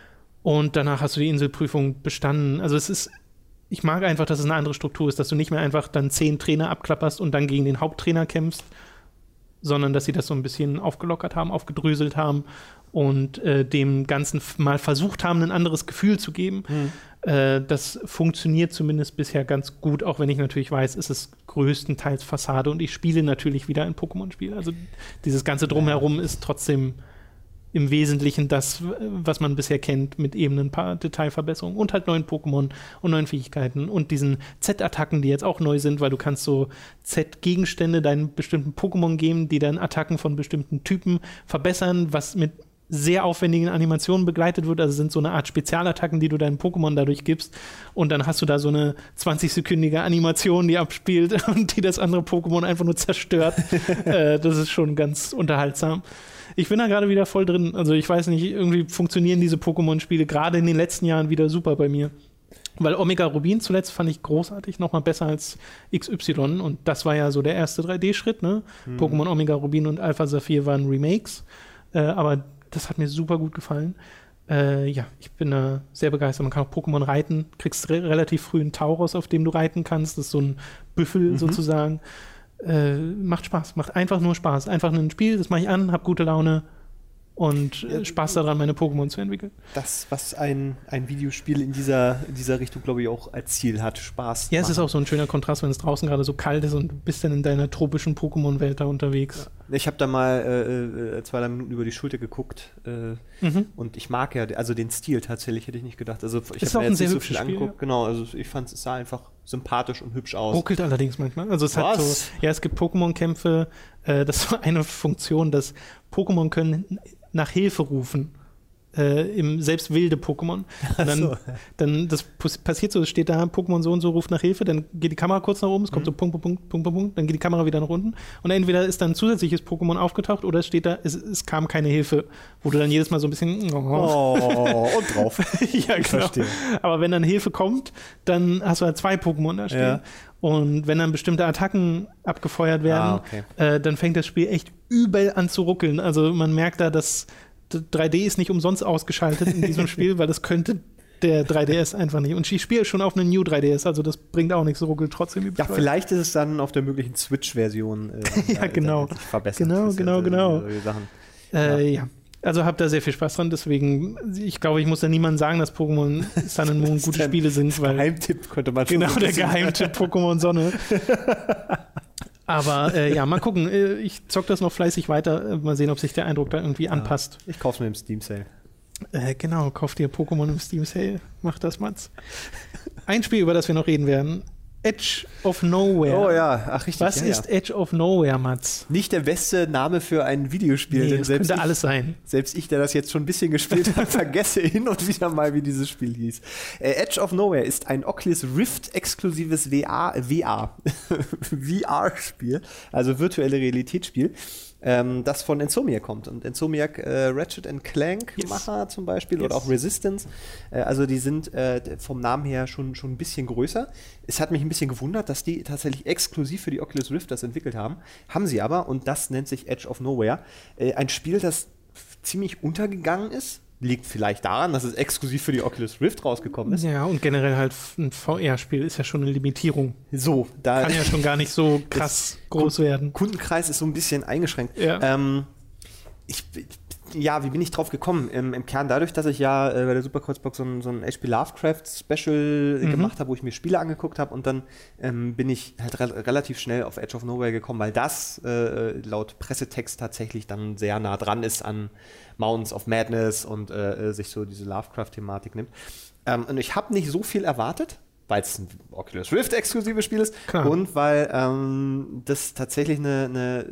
Und danach hast du die Inselprüfung bestanden. Also es ist Ich mag einfach, dass es eine andere Struktur ist, dass du nicht mehr einfach dann zehn Trainer abklapperst und dann gegen den Haupttrainer kämpfst, sondern dass sie das so ein bisschen aufgelockert haben, aufgedröselt haben und äh, dem Ganzen f- mal versucht haben, ein anderes Gefühl zu geben. Mhm. Äh, das funktioniert zumindest bisher ganz gut, auch wenn ich natürlich weiß, es ist größtenteils Fassade und ich spiele natürlich wieder ein Pokémon-Spiel. Also dieses ganze Drumherum ja. ist trotzdem im Wesentlichen das, was man bisher kennt, mit eben ein paar Detailverbesserungen und halt neuen Pokémon und neuen Fähigkeiten und diesen Z-Attacken, die jetzt auch neu sind, weil du kannst so Z-Gegenstände deinen bestimmten Pokémon geben, die dann Attacken von bestimmten Typen verbessern, was mit sehr aufwendigen Animationen begleitet wird, also sind so eine Art Spezialattacken, die du deinem Pokémon dadurch gibst und dann hast du da so eine zwanzig-sekündige Animation, die abspielt und die das andere Pokémon einfach nur zerstört. äh, das ist schon ganz unterhaltsam. Ich bin da gerade wieder voll drin. Also ich weiß nicht, irgendwie funktionieren diese Pokémon-Spiele gerade in den letzten Jahren wieder super bei mir. Weil Omega Rubin zuletzt fand ich großartig, nochmal besser als X Y. Und das war ja so der erste drei D-Schritt. Ne? Mhm. Pokémon Omega Rubin und Alpha Saphir waren Remakes. Äh, aber das hat mir super gut gefallen. Äh, ja, ich bin da sehr begeistert. Man kann auch Pokémon reiten. Kriegst re- relativ früh einen Taurus, auf dem du reiten kannst. Das ist so ein Büffel mhm. sozusagen. Äh, macht Spaß, macht einfach nur Spaß. Einfach ein Spiel, das mache ich an, hab gute Laune und äh, Spaß daran, meine Pokémon zu entwickeln. Das, was ein, ein Videospiel in dieser, in dieser Richtung, glaube ich, auch als Ziel hat, Spaß. Ja, es ist auch so ein schöner Kontrast, wenn es draußen gerade so kalt ist und du bist dann in deiner tropischen Pokémon-Welt da unterwegs. Ja. Ich habe da mal äh, zwei, drei Minuten über die Schulter geguckt äh, mhm. und ich mag ja, also den Stil tatsächlich, hätte ich nicht gedacht. Also ich habe mir jetzt nicht so viel angeguckt. Ja. Genau, also ich fand es sah einfach sympathisch und hübsch aus. Ruckelt allerdings manchmal. Also es Was? hat so, ja, es gibt Pokémon-Kämpfe, äh, das ist so eine Funktion, dass Pokémon können nach Hilfe rufen. Äh, im, selbst wilde Pokémon. Und dann, so. dann das passiert so, es steht da, Pokémon so und so ruft nach Hilfe, dann geht die Kamera kurz nach oben, es kommt mhm. so Punkt, Punkt, Punkt, Punkt, Punkt, Punkt, dann geht die Kamera wieder nach unten und entweder ist dann ein zusätzliches Pokémon aufgetaucht oder es steht da, es, es kam keine Hilfe, wo du dann jedes Mal so ein bisschen oh, oh und drauf. Ja, ich genau. Verstehe. Aber wenn dann Hilfe kommt, dann hast du halt zwei Pokémon da stehen. Ja. Und wenn dann bestimmte Attacken abgefeuert werden, ah, okay. äh, dann fängt das Spiel echt übel an zu ruckeln. Also man merkt da, dass drei D ist nicht umsonst ausgeschaltet in diesem Spiel, weil das könnte der drei D S einfach nicht. Und ich spiele schon auf einem New drei D S, also das bringt auch nichts, so ruckelt trotzdem übel. Ja, vielleicht ist es dann auf der möglichen Switch-Version äh, ja, genau. verbessert. Genau, genau, genau. Sachen. Äh, ja. ja. Also habe da sehr viel Spaß dran, deswegen, ich glaube, ich muss da niemandem sagen, dass Pokémon Sun and Moon gute Spiele sind. Weil Geheimtipp könnte man schon Genau, der Geheimtipp Pokémon Sonne. Aber äh, ja, mal gucken. Ich zock das noch fleißig weiter. Mal sehen, ob sich der Eindruck da irgendwie ja, anpasst. Ich kauf's mir im Steam Sale. Äh, genau, kauf dir Pokémon im Steam Sale. Mach das, Mats. Ein Spiel, über das wir noch reden werden. Edge of Nowhere. Oh ja, ach richtig. Was ja, ist ja. Edge of Nowhere, Mats? Nicht der beste Name für ein Videospiel. Nee, denn das selbst könnte ich, alles sein. Selbst ich, der das jetzt schon ein bisschen gespielt hat, vergesse hin und wieder mal, wie dieses Spiel hieß. Äh, Edge of Nowhere ist ein Oculus Rift-exklusives V R, V R, V R-Spiel, also virtuelle Realitätsspiel, ähm, das von Insomniac kommt. Und Insomniac äh, Ratchet and Clank yes. Macher zum Beispiel yes. oder auch Resistance. Äh, also die sind äh, vom Namen her schon, schon ein bisschen größer. Es hat mich ein bisschen gewundert, dass die tatsächlich exklusiv für die Oculus Rift das entwickelt haben. Haben sie aber, und das nennt sich Edge of Nowhere. Äh, ein Spiel, das ziemlich untergegangen ist. Liegt vielleicht daran, dass es exklusiv für die Oculus Rift rausgekommen ist. Ja, und generell halt ein V R-Spiel ist ja schon eine Limitierung. So, da kann ja schon gar nicht so krass groß werden. Kundenkreis ist so ein bisschen eingeschränkt. Ja, ähm, ich, ja wie bin ich drauf gekommen? Im, im Kern dadurch, dass ich ja äh, bei der Supercrossbox so ein, so ein H P Lovecraft-Special mhm. gemacht habe, wo ich mir Spiele angeguckt habe, und dann ähm, bin ich halt re- relativ schnell auf Edge of Nowhere gekommen, weil das äh, laut Pressetext tatsächlich dann sehr nah dran ist an Mountains of Madness und äh, sich so diese Lovecraft-Thematik nimmt. Ähm, und ich habe nicht so viel erwartet, weil es ein Oculus Rift-exklusives Spiel ist. Klar. Und weil ähm, das tatsächlich eine, eine,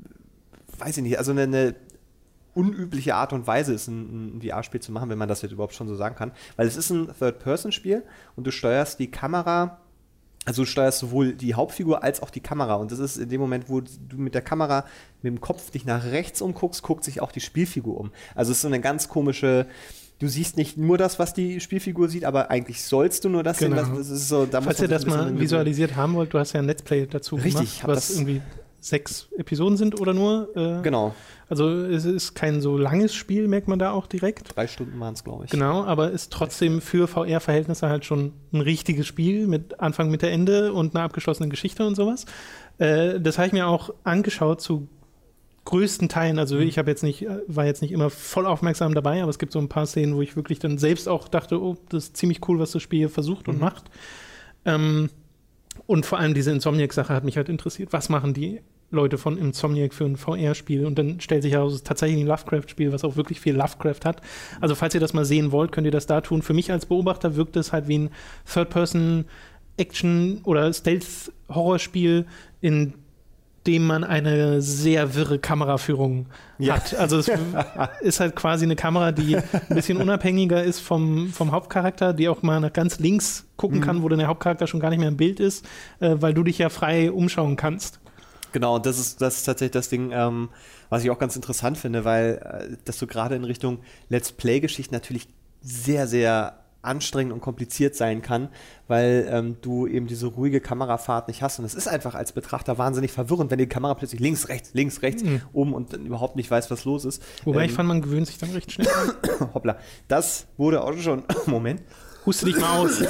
weiß ich nicht, also eine, eine unübliche Art und Weise ist, ein, ein V R-Spiel zu machen, wenn man das jetzt überhaupt schon so sagen kann. Weil es ist ein Third-Person-Spiel und du steuerst die Kamera. Also du steuerst sowohl die Hauptfigur als auch die Kamera. Und das ist in dem Moment, wo du mit der Kamera mit dem Kopf dich nach rechts umguckst, guckt sich auch die Spielfigur um. Also es ist so eine ganz komische, du siehst nicht nur das, was die Spielfigur sieht, aber eigentlich sollst du nur das genau. sehen. Das ist so, da Falls ihr das mal visualisiert haben wollt, du hast ja ein Let's Play dazu Richtig, gemacht, ich hab was das irgendwie sechs Episoden sind oder nur. Äh, genau. Also es ist kein so langes Spiel, merkt man da auch direkt. Drei Stunden waren es, glaube ich. Genau, aber ist trotzdem für V R-Verhältnisse halt schon ein richtiges Spiel mit Anfang, Mitte, Ende und einer abgeschlossenen Geschichte und sowas. Äh, das habe ich mir auch angeschaut zu größten Teilen. Also ich habe jetzt nicht, war jetzt nicht immer voll aufmerksam dabei, aber es gibt so ein paar Szenen, wo ich wirklich dann selbst auch dachte, oh, das ist ziemlich cool, was das Spiel versucht mhm. und macht. Ähm, und vor allem diese Insomniac-Sache hat mich halt interessiert. Was machen die Leute von Insomniac für ein V R-Spiel? Und dann stellt sich heraus, es ist tatsächlich ein Lovecraft-Spiel, was auch wirklich viel Lovecraft hat. Also falls ihr das mal sehen wollt, könnt ihr das da tun. Für mich als Beobachter wirkt es halt wie ein Third-Person-Action- oder Stealth-Horrorspiel, in dem man eine sehr wirre Kameraführung ja. hat. Also es ist halt quasi eine Kamera, die ein bisschen unabhängiger ist vom, vom Hauptcharakter, die auch mal nach ganz links gucken mhm. kann, wo dann der Hauptcharakter schon gar nicht mehr im Bild ist, äh, weil du dich ja frei umschauen kannst. Genau, und das ist, das ist tatsächlich das Ding, ähm, was ich auch ganz interessant finde, weil äh, dass du gerade in Richtung Let's Play-Geschichten natürlich sehr, sehr anstrengend und kompliziert sein kann, weil ähm, du eben diese ruhige Kamerafahrt nicht hast. Und es ist einfach als Betrachter wahnsinnig verwirrend, wenn die Kamera plötzlich links, rechts, links, rechts, mhm. oben und dann überhaupt nicht weiß, was los ist. Wobei ähm, ich fand, man gewöhnt sich dann recht schnell an. Hoppla. Das wurde auch schon... Moment. Huste dich mal aus.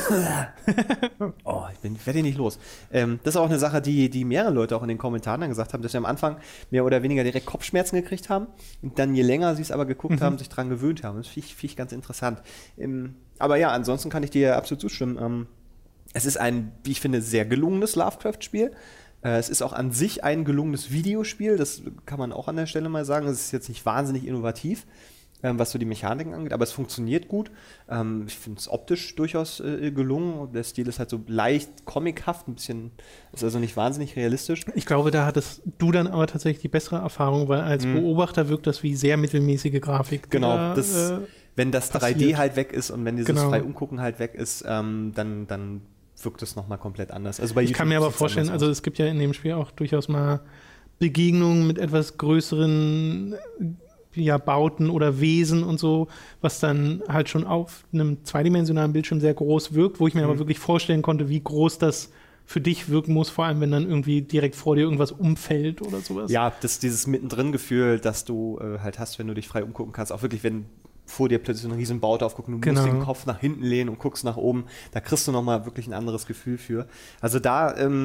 Oh, ich, bin, ich werde hier nicht los. Ähm, das ist auch eine Sache, die, die mehrere Leute auch in den Kommentaren dann gesagt haben, dass sie am Anfang mehr oder weniger direkt Kopfschmerzen gekriegt haben und dann, je länger sie es aber geguckt mhm. haben, sich dran gewöhnt haben. Das finde ich, find ich ganz interessant. Ähm, aber ja, ansonsten kann ich dir absolut zustimmen. Ähm, es ist ein, wie ich finde, sehr gelungenes Lovecraft-Spiel. Äh, es ist auch an sich ein gelungenes Videospiel. Das kann man auch an der Stelle mal sagen. Es ist jetzt nicht wahnsinnig innovativ, Ähm, was so die Mechaniken angeht, aber es funktioniert gut. Ähm, ich finde es optisch durchaus äh, gelungen. Der Stil ist halt so leicht comichaft, ein bisschen, ist also nicht wahnsinnig realistisch. Ich glaube, da hattest du dann aber tatsächlich die bessere Erfahrung, weil als mhm. Beobachter wirkt das wie sehr mittelmäßige Grafik. Genau, da, das, äh, wenn das drei D halt weg ist und wenn dieses genau. frei Umgucken halt weg ist, ähm, dann, dann wirkt es nochmal komplett anders. Also bei ich YouTube kann mir aber vorstellen, also es gibt ja in dem Spiel auch durchaus mal Begegnungen mit etwas größeren ja, Bauten oder Wesen und so, was dann halt schon auf einem zweidimensionalen Bildschirm sehr groß wirkt, wo ich mir mhm. aber wirklich vorstellen konnte, wie groß das für dich wirken muss, vor allem wenn dann irgendwie direkt vor dir irgendwas umfällt oder sowas. Ja, das dieses Mittendrin-Gefühl, das du äh, halt hast, wenn du dich frei umgucken kannst, auch wirklich, wenn vor dir plötzlich so eine riesen Baute aufgucken, du genau. musst den Kopf nach hinten lehnen und guckst nach oben, da kriegst du nochmal wirklich ein anderes Gefühl für. Also da, ähm,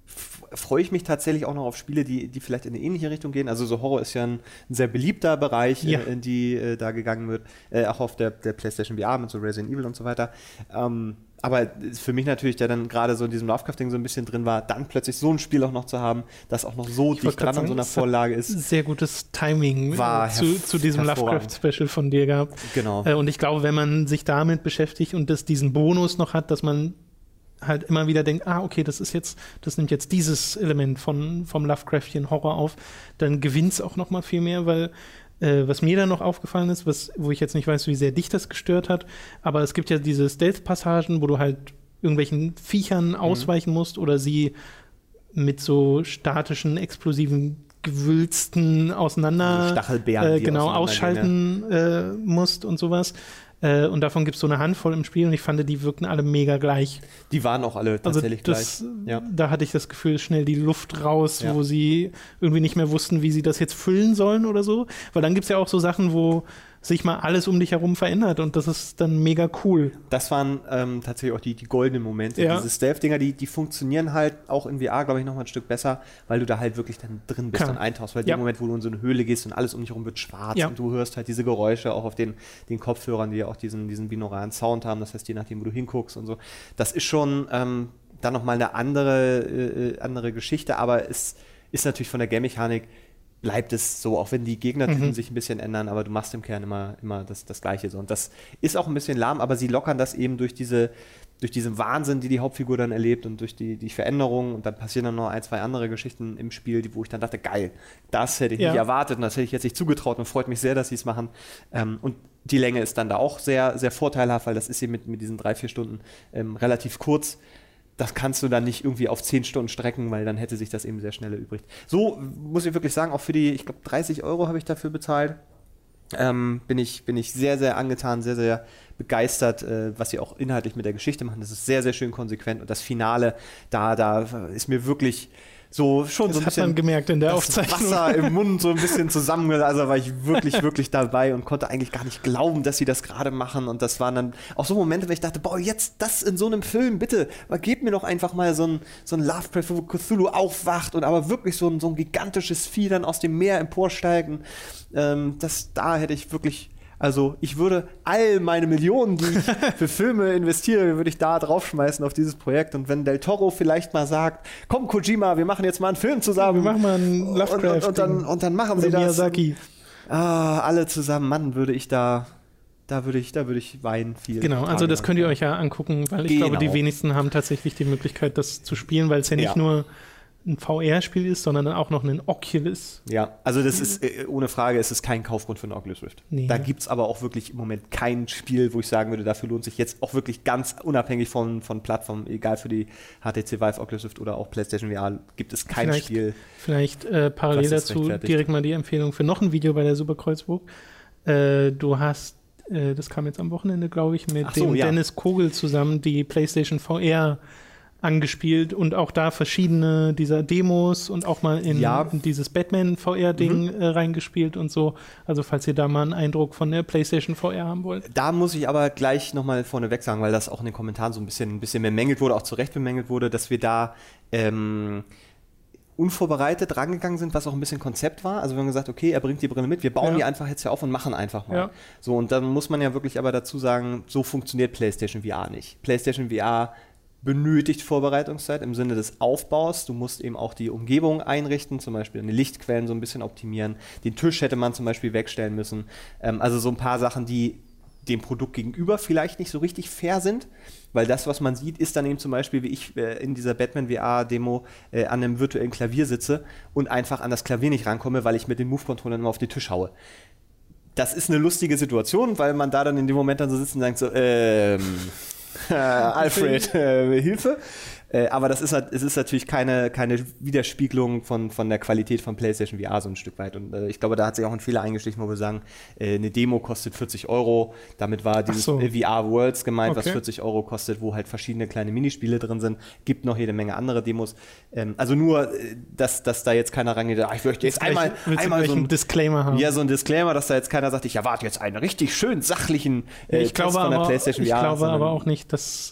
freue ich mich tatsächlich auch noch auf Spiele, die, die vielleicht in eine ähnliche Richtung gehen. Also so Horror ist ja ein, ein sehr beliebter Bereich, ja. in, in die äh, da gegangen wird. Äh, auch auf der, der PlayStation V R mit so Resident Evil und so weiter. Ähm, aber für mich natürlich, der dann gerade so in diesem Lovecraft-Ding so ein bisschen drin war, dann plötzlich so ein Spiel auch noch zu haben, das auch noch so ich dicht dran an so einer Vorlage ist. Sehr gutes Timing war zu, zu diesem Lovecraft-Special von dir gehabt. Genau. Äh, und ich glaube, wenn man sich damit beschäftigt und das, diesen Bonus noch hat, dass man halt immer wieder denkt, ah, okay, das ist jetzt, das nimmt jetzt dieses Element von, vom Lovecraftian Horror auf, dann gewinnt es auch noch mal viel mehr, weil äh, was mir dann noch aufgefallen ist, was, wo ich jetzt nicht weiß, wie sehr dich das gestört hat, aber es gibt ja diese Stealth-Passagen, wo du halt irgendwelchen Viechern mhm. ausweichen musst oder sie mit so statischen, explosiven Gewülsten auseinander Stachelbeeren, äh, genau ausschalten äh, musst und sowas. Äh, und davon gibt es so eine Handvoll im Spiel und ich fand, die wirkten alle mega gleich. Die waren auch alle tatsächlich also das, gleich. Ja. Da hatte ich das Gefühl, schnell die Luft raus, ja. wo sie irgendwie nicht mehr wussten, wie sie das jetzt füllen sollen oder so. Weil dann gibt es ja auch so Sachen, wo sich mal alles um dich herum verändert und das ist dann mega cool. Das waren ähm, tatsächlich auch die, die goldenen Momente. Ja. Diese Stealth-Dinger, die, die funktionieren halt auch in V R, glaube ich, noch mal ein Stück besser, weil du da halt wirklich dann drin bist Klar. und eintauchst. Weil ja. in dem Moment, wo du in so eine Höhle gehst und alles um dich herum wird schwarz ja. und du hörst halt diese Geräusche auch auf den, den Kopfhörern, die ja auch diesen, diesen binauralen Sound haben. Das heißt, je nachdem, wo du hinguckst und so. Das ist schon ähm, dann noch mal eine andere, äh, andere Geschichte, aber es ist natürlich von der Game-Mechanik bleibt es so, auch wenn die Gegnertypen mhm. sich ein bisschen ändern, aber du machst im Kern immer, immer das, das Gleiche so. Und das ist auch ein bisschen lahm, aber sie lockern das eben durch diese, durch diesen Wahnsinn, die die Hauptfigur dann erlebt und durch die, die Veränderungen und dann passieren dann noch ein, zwei andere Geschichten im Spiel, die, wo ich dann dachte, geil, das hätte ich ja. nicht erwartet und das hätte ich jetzt nicht zugetraut und freut mich sehr, dass sie es machen. Ähm, und die Länge ist dann da auch sehr, sehr vorteilhaft, weil das ist eben mit, mit diesen drei, vier Stunden ähm, relativ kurz. Das kannst du dann nicht irgendwie auf zehn Stunden strecken, weil dann hätte sich das eben sehr schnell erübrigt. So muss ich wirklich sagen, auch für die, ich glaube, dreißig Euro habe ich dafür bezahlt. Ähm, bin ich, bin ich sehr, sehr angetan, sehr, sehr begeistert, äh, was sie auch inhaltlich mit der Geschichte machen. Das ist sehr, sehr schön konsequent und das Finale, da, da ist mir wirklich so schon das so ein hat bisschen man gemerkt in der das Aufzeichnung. Wasser im Mund so ein bisschen zusammen, also war ich wirklich, wirklich dabei und konnte eigentlich gar nicht glauben, dass sie das gerade machen und das waren dann auch so Momente, wo ich dachte, boah, jetzt das in so einem Film, bitte, gebt mir doch einfach mal so ein, so ein Lovecraft, wo Cthulhu aufwacht und aber wirklich so ein, so ein gigantisches Vieh dann aus dem Meer emporsteigen, ähm, das, da hätte ich wirklich Also ich würde all meine Millionen, die ich für Filme investiere, würde ich da draufschmeißen auf dieses Projekt. Und wenn Del Toro vielleicht mal sagt, komm Kojima, wir machen jetzt mal einen Film zusammen. Wir machen mal einen Lovecraft. Und, und, und, dann, und dann machen sie das. Miyazaki. Ah, alle zusammen, Mann, würde ich da, da würde ich, da würde ich weinen viel. Genau, also das könnt ihr euch ja angucken, weil ich genau. glaube, die wenigsten haben tatsächlich die Möglichkeit, das zu spielen, weil es ja nicht ja. nur ein V R-Spiel ist, sondern auch noch ein Oculus. Ja, also das ist, äh, ohne Frage, es ist kein Kaufgrund für eine Oculus Rift. Nee. Da gibt es aber auch wirklich im Moment kein Spiel, wo ich sagen würde, dafür lohnt sich jetzt auch wirklich ganz unabhängig von, von Plattformen, egal für die H T C Vive, Oculus Rift oder auch PlayStation V R, gibt es kein vielleicht, Spiel. Vielleicht äh, parallel dazu direkt mal die Empfehlung für noch ein Video bei der Super Kreuzburg. Äh, du hast, äh, das kam jetzt am Wochenende, glaube ich, mit so, dem ja. Dennis Kogel zusammen, die PlayStation V R angespielt und auch da verschiedene dieser Demos und auch mal in, ja. in dieses Batman-V R-Ding mhm. äh, reingespielt und so. Also falls ihr da mal einen Eindruck von der PlayStation V R haben wollt. Da muss ich aber gleich nochmal vorneweg sagen, weil das auch in den Kommentaren so ein bisschen, ein bisschen bemängelt wurde, auch zu Recht bemängelt wurde, dass wir da ähm, unvorbereitet rangegangen sind, was auch ein bisschen Konzept war. Also wir haben gesagt, okay, er bringt die Brille mit, wir bauen ja. die einfach jetzt hier auf und machen einfach mal. Ja. So, und dann muss man ja wirklich aber dazu sagen, so funktioniert PlayStation V R nicht. PlayStation V R benötigt Vorbereitungszeit im Sinne des Aufbaus. Du musst eben auch die Umgebung einrichten, zum Beispiel die Lichtquellen so ein bisschen optimieren. Den Tisch hätte man zum Beispiel wegstellen müssen. Ähm, also so ein paar Sachen, die dem Produkt gegenüber vielleicht nicht so richtig fair sind, weil das, was man sieht, ist dann eben zum Beispiel, wie ich äh, in dieser Batman V R-Demo äh, an einem virtuellen Klavier sitze und einfach an das Klavier nicht rankomme, weil ich mit den Move-Controllern immer auf den Tisch haue. Das ist eine lustige Situation, weil man da dann in dem Moment dann so sitzt und sagt so, ähm... Äh, Alfred, äh, Hilfe. Äh, aber das ist, es ist natürlich keine, keine Widerspiegelung von, von der Qualität von PlayStation V R so ein Stück weit. Und äh, ich glaube, da hat sich auch ein Fehler eingeschlichen, wo wir sagen, äh, eine Demo kostet vierzig Euro. Damit war dieses so. V R Worlds gemeint, okay. was vierzig Euro kostet, wo halt verschiedene kleine Minispiele drin sind. Gibt noch jede Menge andere Demos. Ähm, also nur, dass, dass da jetzt keiner rangeht, ach, ich möchte jetzt einmal, einmal so ein Disclaimer haben. Ja, so ein Disclaimer, dass da jetzt keiner sagt, ich erwarte jetzt einen richtig schön sachlichen äh, ich glaube von der aber, PlayStation ich V R. Ich glaube aber auch nicht, dass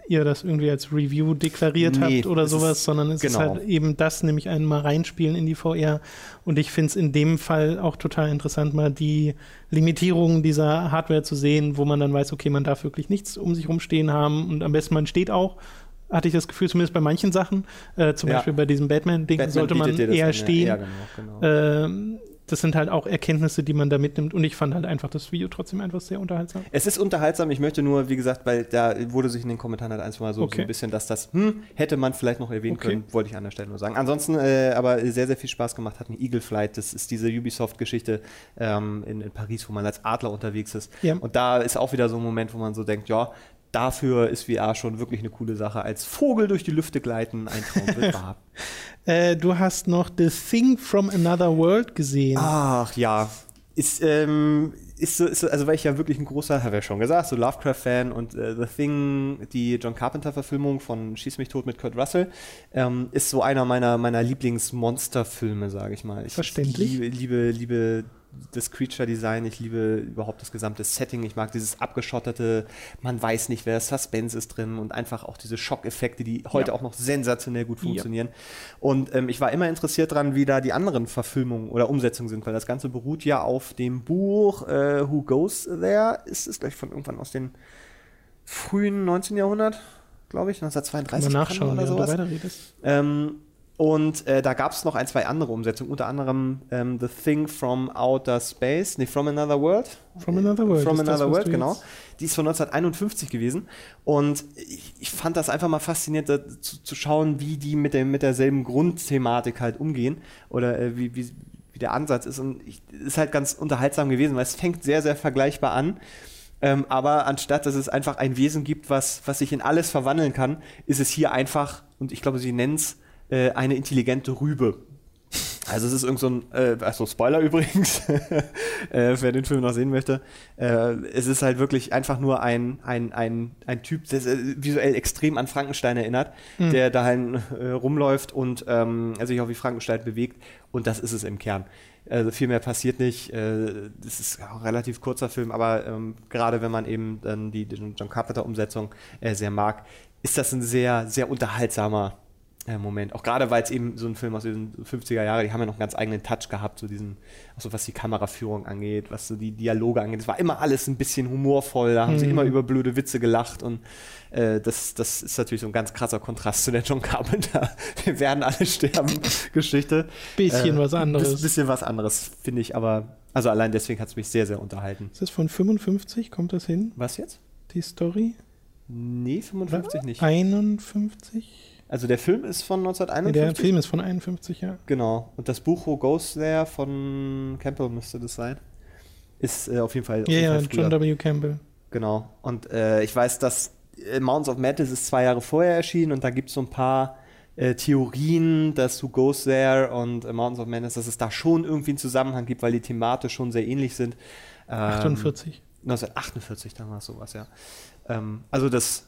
ihr das irgendwie als Review deklariert Nee, habt oder es sowas, ist- sondern es genau. ist halt eben das, nämlich einmal reinspielen in die V R. Und ich finde es in dem Fall auch total interessant, mal die Limitierungen dieser Hardware zu sehen, wo man dann weiß, okay, man darf wirklich nichts um sich rumstehen haben und am besten man steht auch. Hatte ich das Gefühl, zumindest bei manchen Sachen, äh, zum Ja. Beispiel bei diesem Batman-Ding, Batman sollte man bietet dir das eher an, ja. stehen. Ja, genau, genau. Ähm, das sind halt auch Erkenntnisse, die man da mitnimmt. Und ich fand halt einfach das Video trotzdem einfach sehr unterhaltsam. Es ist unterhaltsam, ich möchte nur, wie gesagt, weil da wurde sich in den Kommentaren halt ein, zwei Mal so, Okay. so ein bisschen, dass das, hm, hätte man vielleicht noch erwähnen Okay. können, wollte ich an der Stelle nur sagen. Ansonsten äh, aber sehr, sehr viel Spaß gemacht hat mir Eagle Flight, das ist diese Ubisoft-Geschichte ähm, in, in Paris, wo man als Adler unterwegs ist. Ja. Und da ist auch wieder so ein Moment, wo man so denkt, ja, dafür ist V R schon wirklich eine coole Sache. Als Vogel durch die Lüfte gleiten, ein Traum wird wahr. Äh, du hast noch The Thing from Another World gesehen. Ach ja, ist, ähm, ist so, ist so, also weil ich ja wirklich ein großer, habe ich ja schon gesagt, so Lovecraft-Fan und äh, The Thing, die John Carpenter-Verfilmung von Schieß mich tot mit Kurt Russell, ähm, ist so einer meiner, meiner Lieblings-Monster-Filme, sage ich mal. Ich Verständlich. liebe, liebe, liebe das Creature-Design, ich liebe überhaupt das gesamte Setting, ich mag dieses abgeschottete, man weiß nicht, wer Suspense ist drin und einfach auch diese Schockeffekte, die heute Ja. auch noch sensationell gut Ja. funktionieren. Und ähm, ich war immer interessiert dran, wie da die anderen Verfilmungen oder Umsetzungen sind, weil das Ganze beruht ja auf dem Buch äh, Who Goes There? Ist es gleich von irgendwann aus den frühen neunzehnten. Jahrhundert, glaube ich, neunzehnhundertzweiunddreißig Mal nachschauen, oder während du sowas. weiterredest. Ähm, und äh, da gab es noch ein, zwei andere Umsetzungen, unter anderem ähm, The Thing from Outer Space, nee, From Another World. From Another World From ist das, Another was World, du genau. jetzt- Die ist von neunzehnhunderteinundfünfzig gewesen. Und ich, ich fand das einfach mal faszinierend, da zu, zu schauen, wie die mit, dem, mit derselben Grundthematik halt umgehen oder äh, wie, wie, wie der Ansatz ist. Und ich, ist halt ganz unterhaltsam gewesen, weil es fängt sehr, sehr vergleichbar an. Ähm, aber anstatt, dass es einfach ein Wesen gibt, was, was sich in alles verwandeln kann, ist es hier einfach, und ich glaube, sie nennen es äh, eine intelligente Rübe. Also es ist irgend so ein, äh, also Spoiler übrigens, äh, wer den Film noch sehen möchte. Äh, es ist halt wirklich einfach nur ein, ein, ein, ein Typ, der äh, visuell extrem an Frankenstein erinnert, Mhm. der dahin äh, rumläuft und ähm, sich auch wie Frankenstein bewegt. Und das ist es im Kern. Also viel mehr passiert nicht. Äh, das ist auch ein relativ kurzer Film, aber ähm, gerade wenn man eben dann die, die John Carpenter-Umsetzung äh, sehr mag, ist das ein sehr, sehr unterhaltsamer äh, Moment. Auch gerade, weil es eben so ein Film aus den fünfziger Jahren, die haben ja noch einen ganz eigenen Touch gehabt, so diesen, auch so was die Kameraführung angeht, was so die Dialoge angeht. Es war immer alles ein bisschen humorvoll, da haben Mhm. sie immer über blöde Witze gelacht und äh, das, das ist natürlich so ein ganz krasser Kontrast zu der John Carpenter Wir werden alle sterben Geschichte. Bisschen Äh, was anderes. Ein bisschen was anderes, finde ich, aber also allein deswegen hat es mich sehr, sehr unterhalten. Ist das von fünfundfünfzig? Kommt das hin, Was jetzt? die Story? Nee, fünfundfünfzig nicht. einundfünfzig? Also der Film ist von Nee, der neunzehnhunderteinundfünfzig. Film ist von einundfünfzig, ja. Genau. Und das Buch Who Goes There von Campbell müsste das sein. Ist äh, auf jeden Fall. auf Ja, jeden ja, Fall früher. John W. Campbell. Genau. Und äh, ich weiß, dass äh, Mountains of Madness ist zwei Jahre vorher erschienen und da gibt es so ein paar äh, Theorien, dass Who Goes There und äh, Mountains of Madness, dass es da schon irgendwie einen Zusammenhang gibt, weil die thematisch schon sehr ähnlich sind. Ähm, achtundvierzig. neunzehnhundertachtundvierzig, dann war es sowas, ja. Ähm, also das,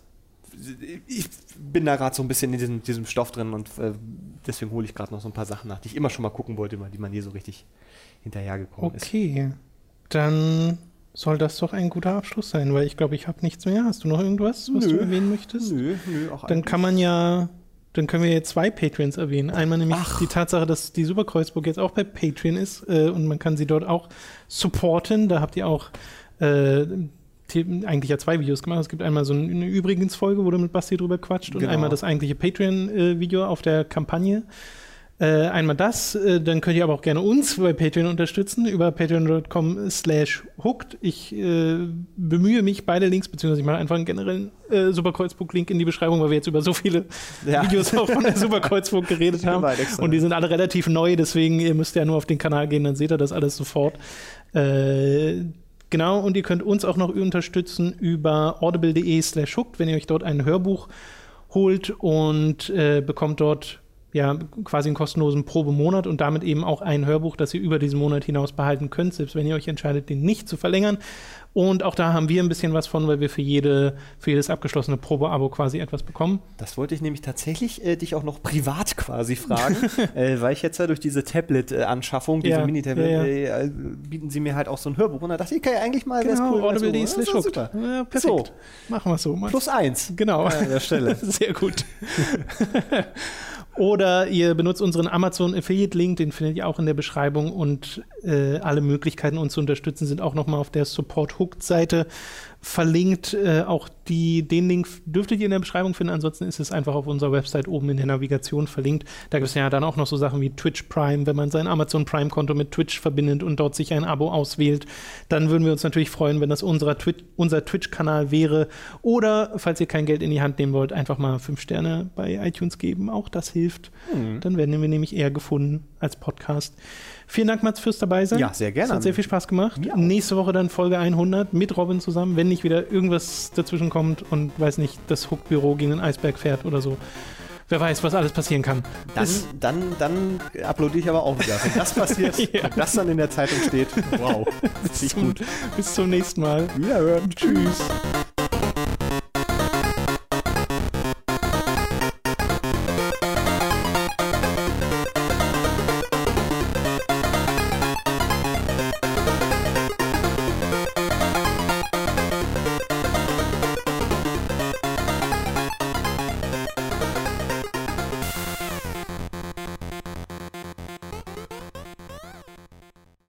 ich bin da gerade so ein bisschen in diesem, diesem Stoff drin und äh, deswegen hole ich gerade noch so ein paar Sachen nach, die ich immer schon mal gucken wollte, die man nie so richtig hinterhergekommen ist. Okay, dann soll das doch ein guter Abschluss sein, weil ich glaube, ich habe nichts mehr. Hast du noch irgendwas, was Nö. du erwähnen möchtest? Nö, nö, auch Dann eigentlich. kann man ja, dann können wir jetzt zwei Patreons erwähnen. Einmal nämlich Ach. die Tatsache, dass die Superkreuzburg jetzt auch bei Patreon ist äh, und man kann sie dort auch supporten. Da habt ihr auch äh, die, eigentlich ja zwei Videos gemacht. Es gibt einmal so eine Übrigens-Folge, wo du mit Basti drüber quatscht und Genau. einmal das eigentliche Patreon-Video auf der Kampagne. Äh, einmal das, äh, dann könnt ihr aber auch gerne uns bei Patreon unterstützen, über patreon dot com slash hooked. Ich äh, bemühe mich, beide Links, beziehungsweise ich mache einfach einen generellen äh, Superkreuzburg-Link in die Beschreibung, weil wir jetzt über so viele Ja. Videos auch von der Superkreuzburg geredet haben. Weit extra. Und die sind alle relativ neu, deswegen ihr müsst ja nur auf den Kanal gehen, dann seht ihr das alles sofort. Äh, genau, und ihr könnt uns auch noch unterstützen über audible.de slash hooked, wenn ihr euch dort ein Hörbuch holt und äh, bekommt dort ja, quasi einen kostenlosen Probemonat und damit eben auch ein Hörbuch, das ihr über diesen Monat hinaus behalten könnt, selbst wenn ihr euch entscheidet, den nicht zu verlängern. Und auch da haben wir ein bisschen was von, weil wir für, jede, für jedes abgeschlossene Probeabo quasi etwas bekommen. Das wollte ich nämlich tatsächlich äh, dich auch noch privat quasi fragen, äh, weil ich jetzt ja durch diese Tablet-Anschaffung, diese ja, Mini-Tablet, ja, ja. äh, bieten sie mir halt auch so ein Hörbuch. Und da dachte ich, okay, eigentlich mal genau, wär's cool. Audible.de so. slash hooked. Ja, perfekt. So. Machen wir es so. Mal. Plus eins. Genau. An der Stelle. Sehr gut. Oder ihr benutzt unseren Amazon Affiliate-Link, den findet ihr auch in der Beschreibung und äh, alle Möglichkeiten, uns zu unterstützen, sind auch nochmal auf der Support-Hooked-Seite verlinkt. Äh, auch die, den Link dürftet ihr in der Beschreibung finden, ansonsten ist es einfach auf unserer Website oben in der Navigation verlinkt. Da gibt es ja dann auch noch so Sachen wie Twitch Prime, wenn man sein Amazon Prime-Konto mit Twitch verbindet und dort sich ein Abo auswählt, dann würden wir uns natürlich freuen, wenn das unserer Twi- unser Twitch-Kanal wäre. Oder, falls ihr kein Geld in die Hand nehmen wollt, einfach mal fünf Sterne bei iTunes geben, auch das hilft. Mhm. Dann werden wir nämlich eher gefunden als Podcast. Vielen Dank, Mats, fürs dabei sein. Ja, sehr gerne. Es hat sehr viel Spaß gemacht. Ja. Nächste Woche dann Folge hundert mit Robin zusammen, wenn nicht wieder irgendwas dazwischen kommt und, weiß nicht, das Hook-Büro gegen den Eisberg fährt oder so. Wer weiß, was alles passieren kann. Dann, dann, dann applaudiere ich aber auch wieder. Wenn das passiert, ja. Wenn das dann in der Zeitung steht, wow. bis, zum, gut. bis zum nächsten Mal. Wiederhören. Tschüss.